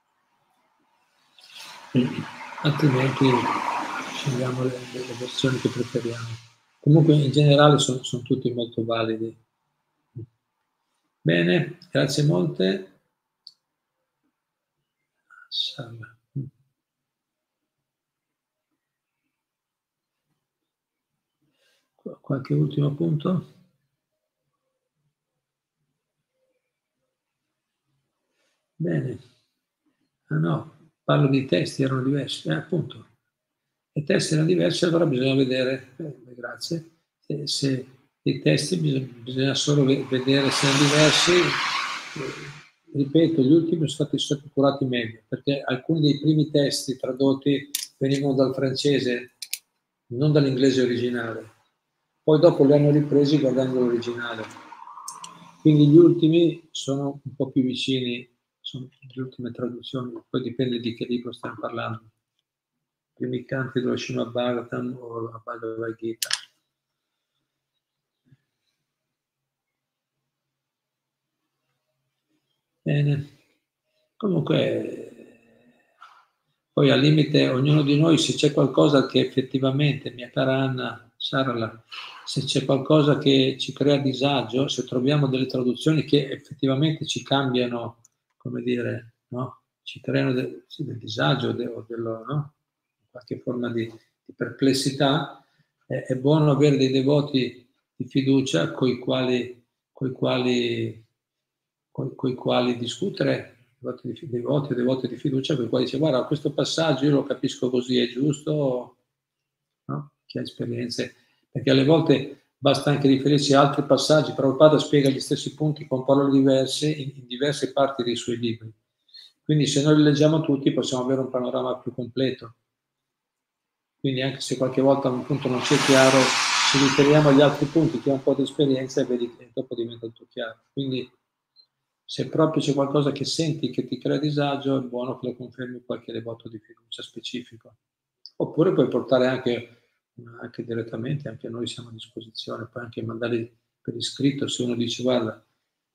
Altrimenti scegliamo le versioni che preferiamo. Comunque in generale sono tutti molto validi. Bene, grazie molte. Salve. Qualche ultimo punto? Bene. Ah no, parlo di testi, erano diversi. Appunto. I testi erano diversi, allora bisogna vedere, grazie, se i testi bisogna solo vedere se erano diversi, ripeto, gli ultimi sono stati curati meglio, perché alcuni dei primi testi tradotti venivano dal francese, non dall'inglese originale. Poi dopo li hanno ripresi guardando l'originale. Quindi gli ultimi sono un po' più vicini, sono le ultime traduzioni, poi dipende di che libro stiamo parlando. I primi canti dello Srimad Bhagavatam o la Bhagavad Gita. Bene. Comunque, poi al limite ognuno di noi, se c'è qualcosa che effettivamente, mia cara Anna, Sarala, se c'è qualcosa che ci crea disagio, se troviamo delle traduzioni che effettivamente ci cambiano, come dire, no? Ci creano del disagio o no? Qualche forma di perplessità, è buono avere dei devoti di fiducia coi quali discutere, devoti di fiducia, con i quali dice guarda, questo passaggio io lo capisco così, è giusto, no? Chi ha esperienze, perché alle volte basta anche riferirsi a altri passaggi. Prabhupada spiega gli stessi punti con parole diverse in diverse parti dei suoi libri, quindi se noi li leggiamo tutti possiamo avere un panorama più completo. Quindi anche se qualche volta un punto non ci è chiaro, ci riferiamo agli altri punti, chi ha un po' di esperienza e vedi che dopo diventa tutto chiaro. Quindi se proprio c'è qualcosa che senti che ti crea disagio, è buono che lo confermi qualche devoto di fiducia specifico. Oppure puoi portare anche direttamente, anche noi siamo a disposizione, puoi anche mandare per iscritto se uno dice guarda,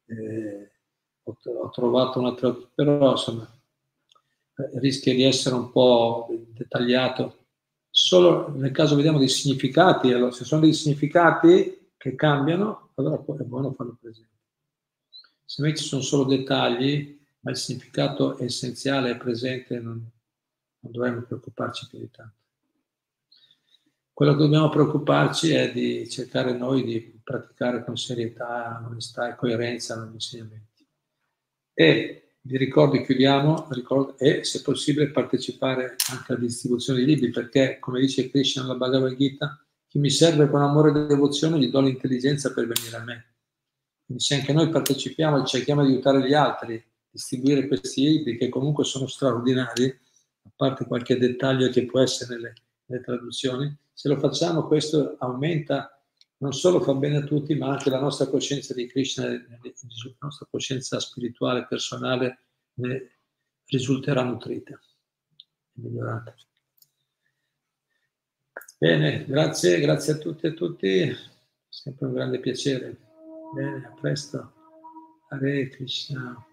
ho trovato una traduzione, però insomma rischia di essere un po' dettagliato. Solo nel caso vediamo dei significati, allora se sono dei significati che cambiano, allora poi è buono farlo presente. Se invece sono solo dettagli, ma il significato essenziale è presente, non dovremmo preoccuparci più di tanto. Quello che dobbiamo preoccuparci è di cercare noi di praticare con serietà, onestà e coerenza negli insegnamenti. E vi ricordo, chiudiamo, e se possibile partecipare anche alla distribuzione di libri, perché come dice Krishna nella Bhagavad Gita, chi mi serve con amore e devozione gli do l'intelligenza per venire a me. Quindi se anche noi partecipiamo e cerchiamo di aiutare gli altri a distribuire questi libri, che comunque sono straordinari, a parte qualche dettaglio che può essere nelle traduzioni, se lo facciamo questo aumenta, non solo fa bene a tutti, ma anche la nostra coscienza di Krishna, la nostra coscienza spirituale, personale, ne risulterà nutrita e migliorata. Bene, grazie a tutti e a tutti, sempre un grande piacere. Bene, a presto. Hare Krishna.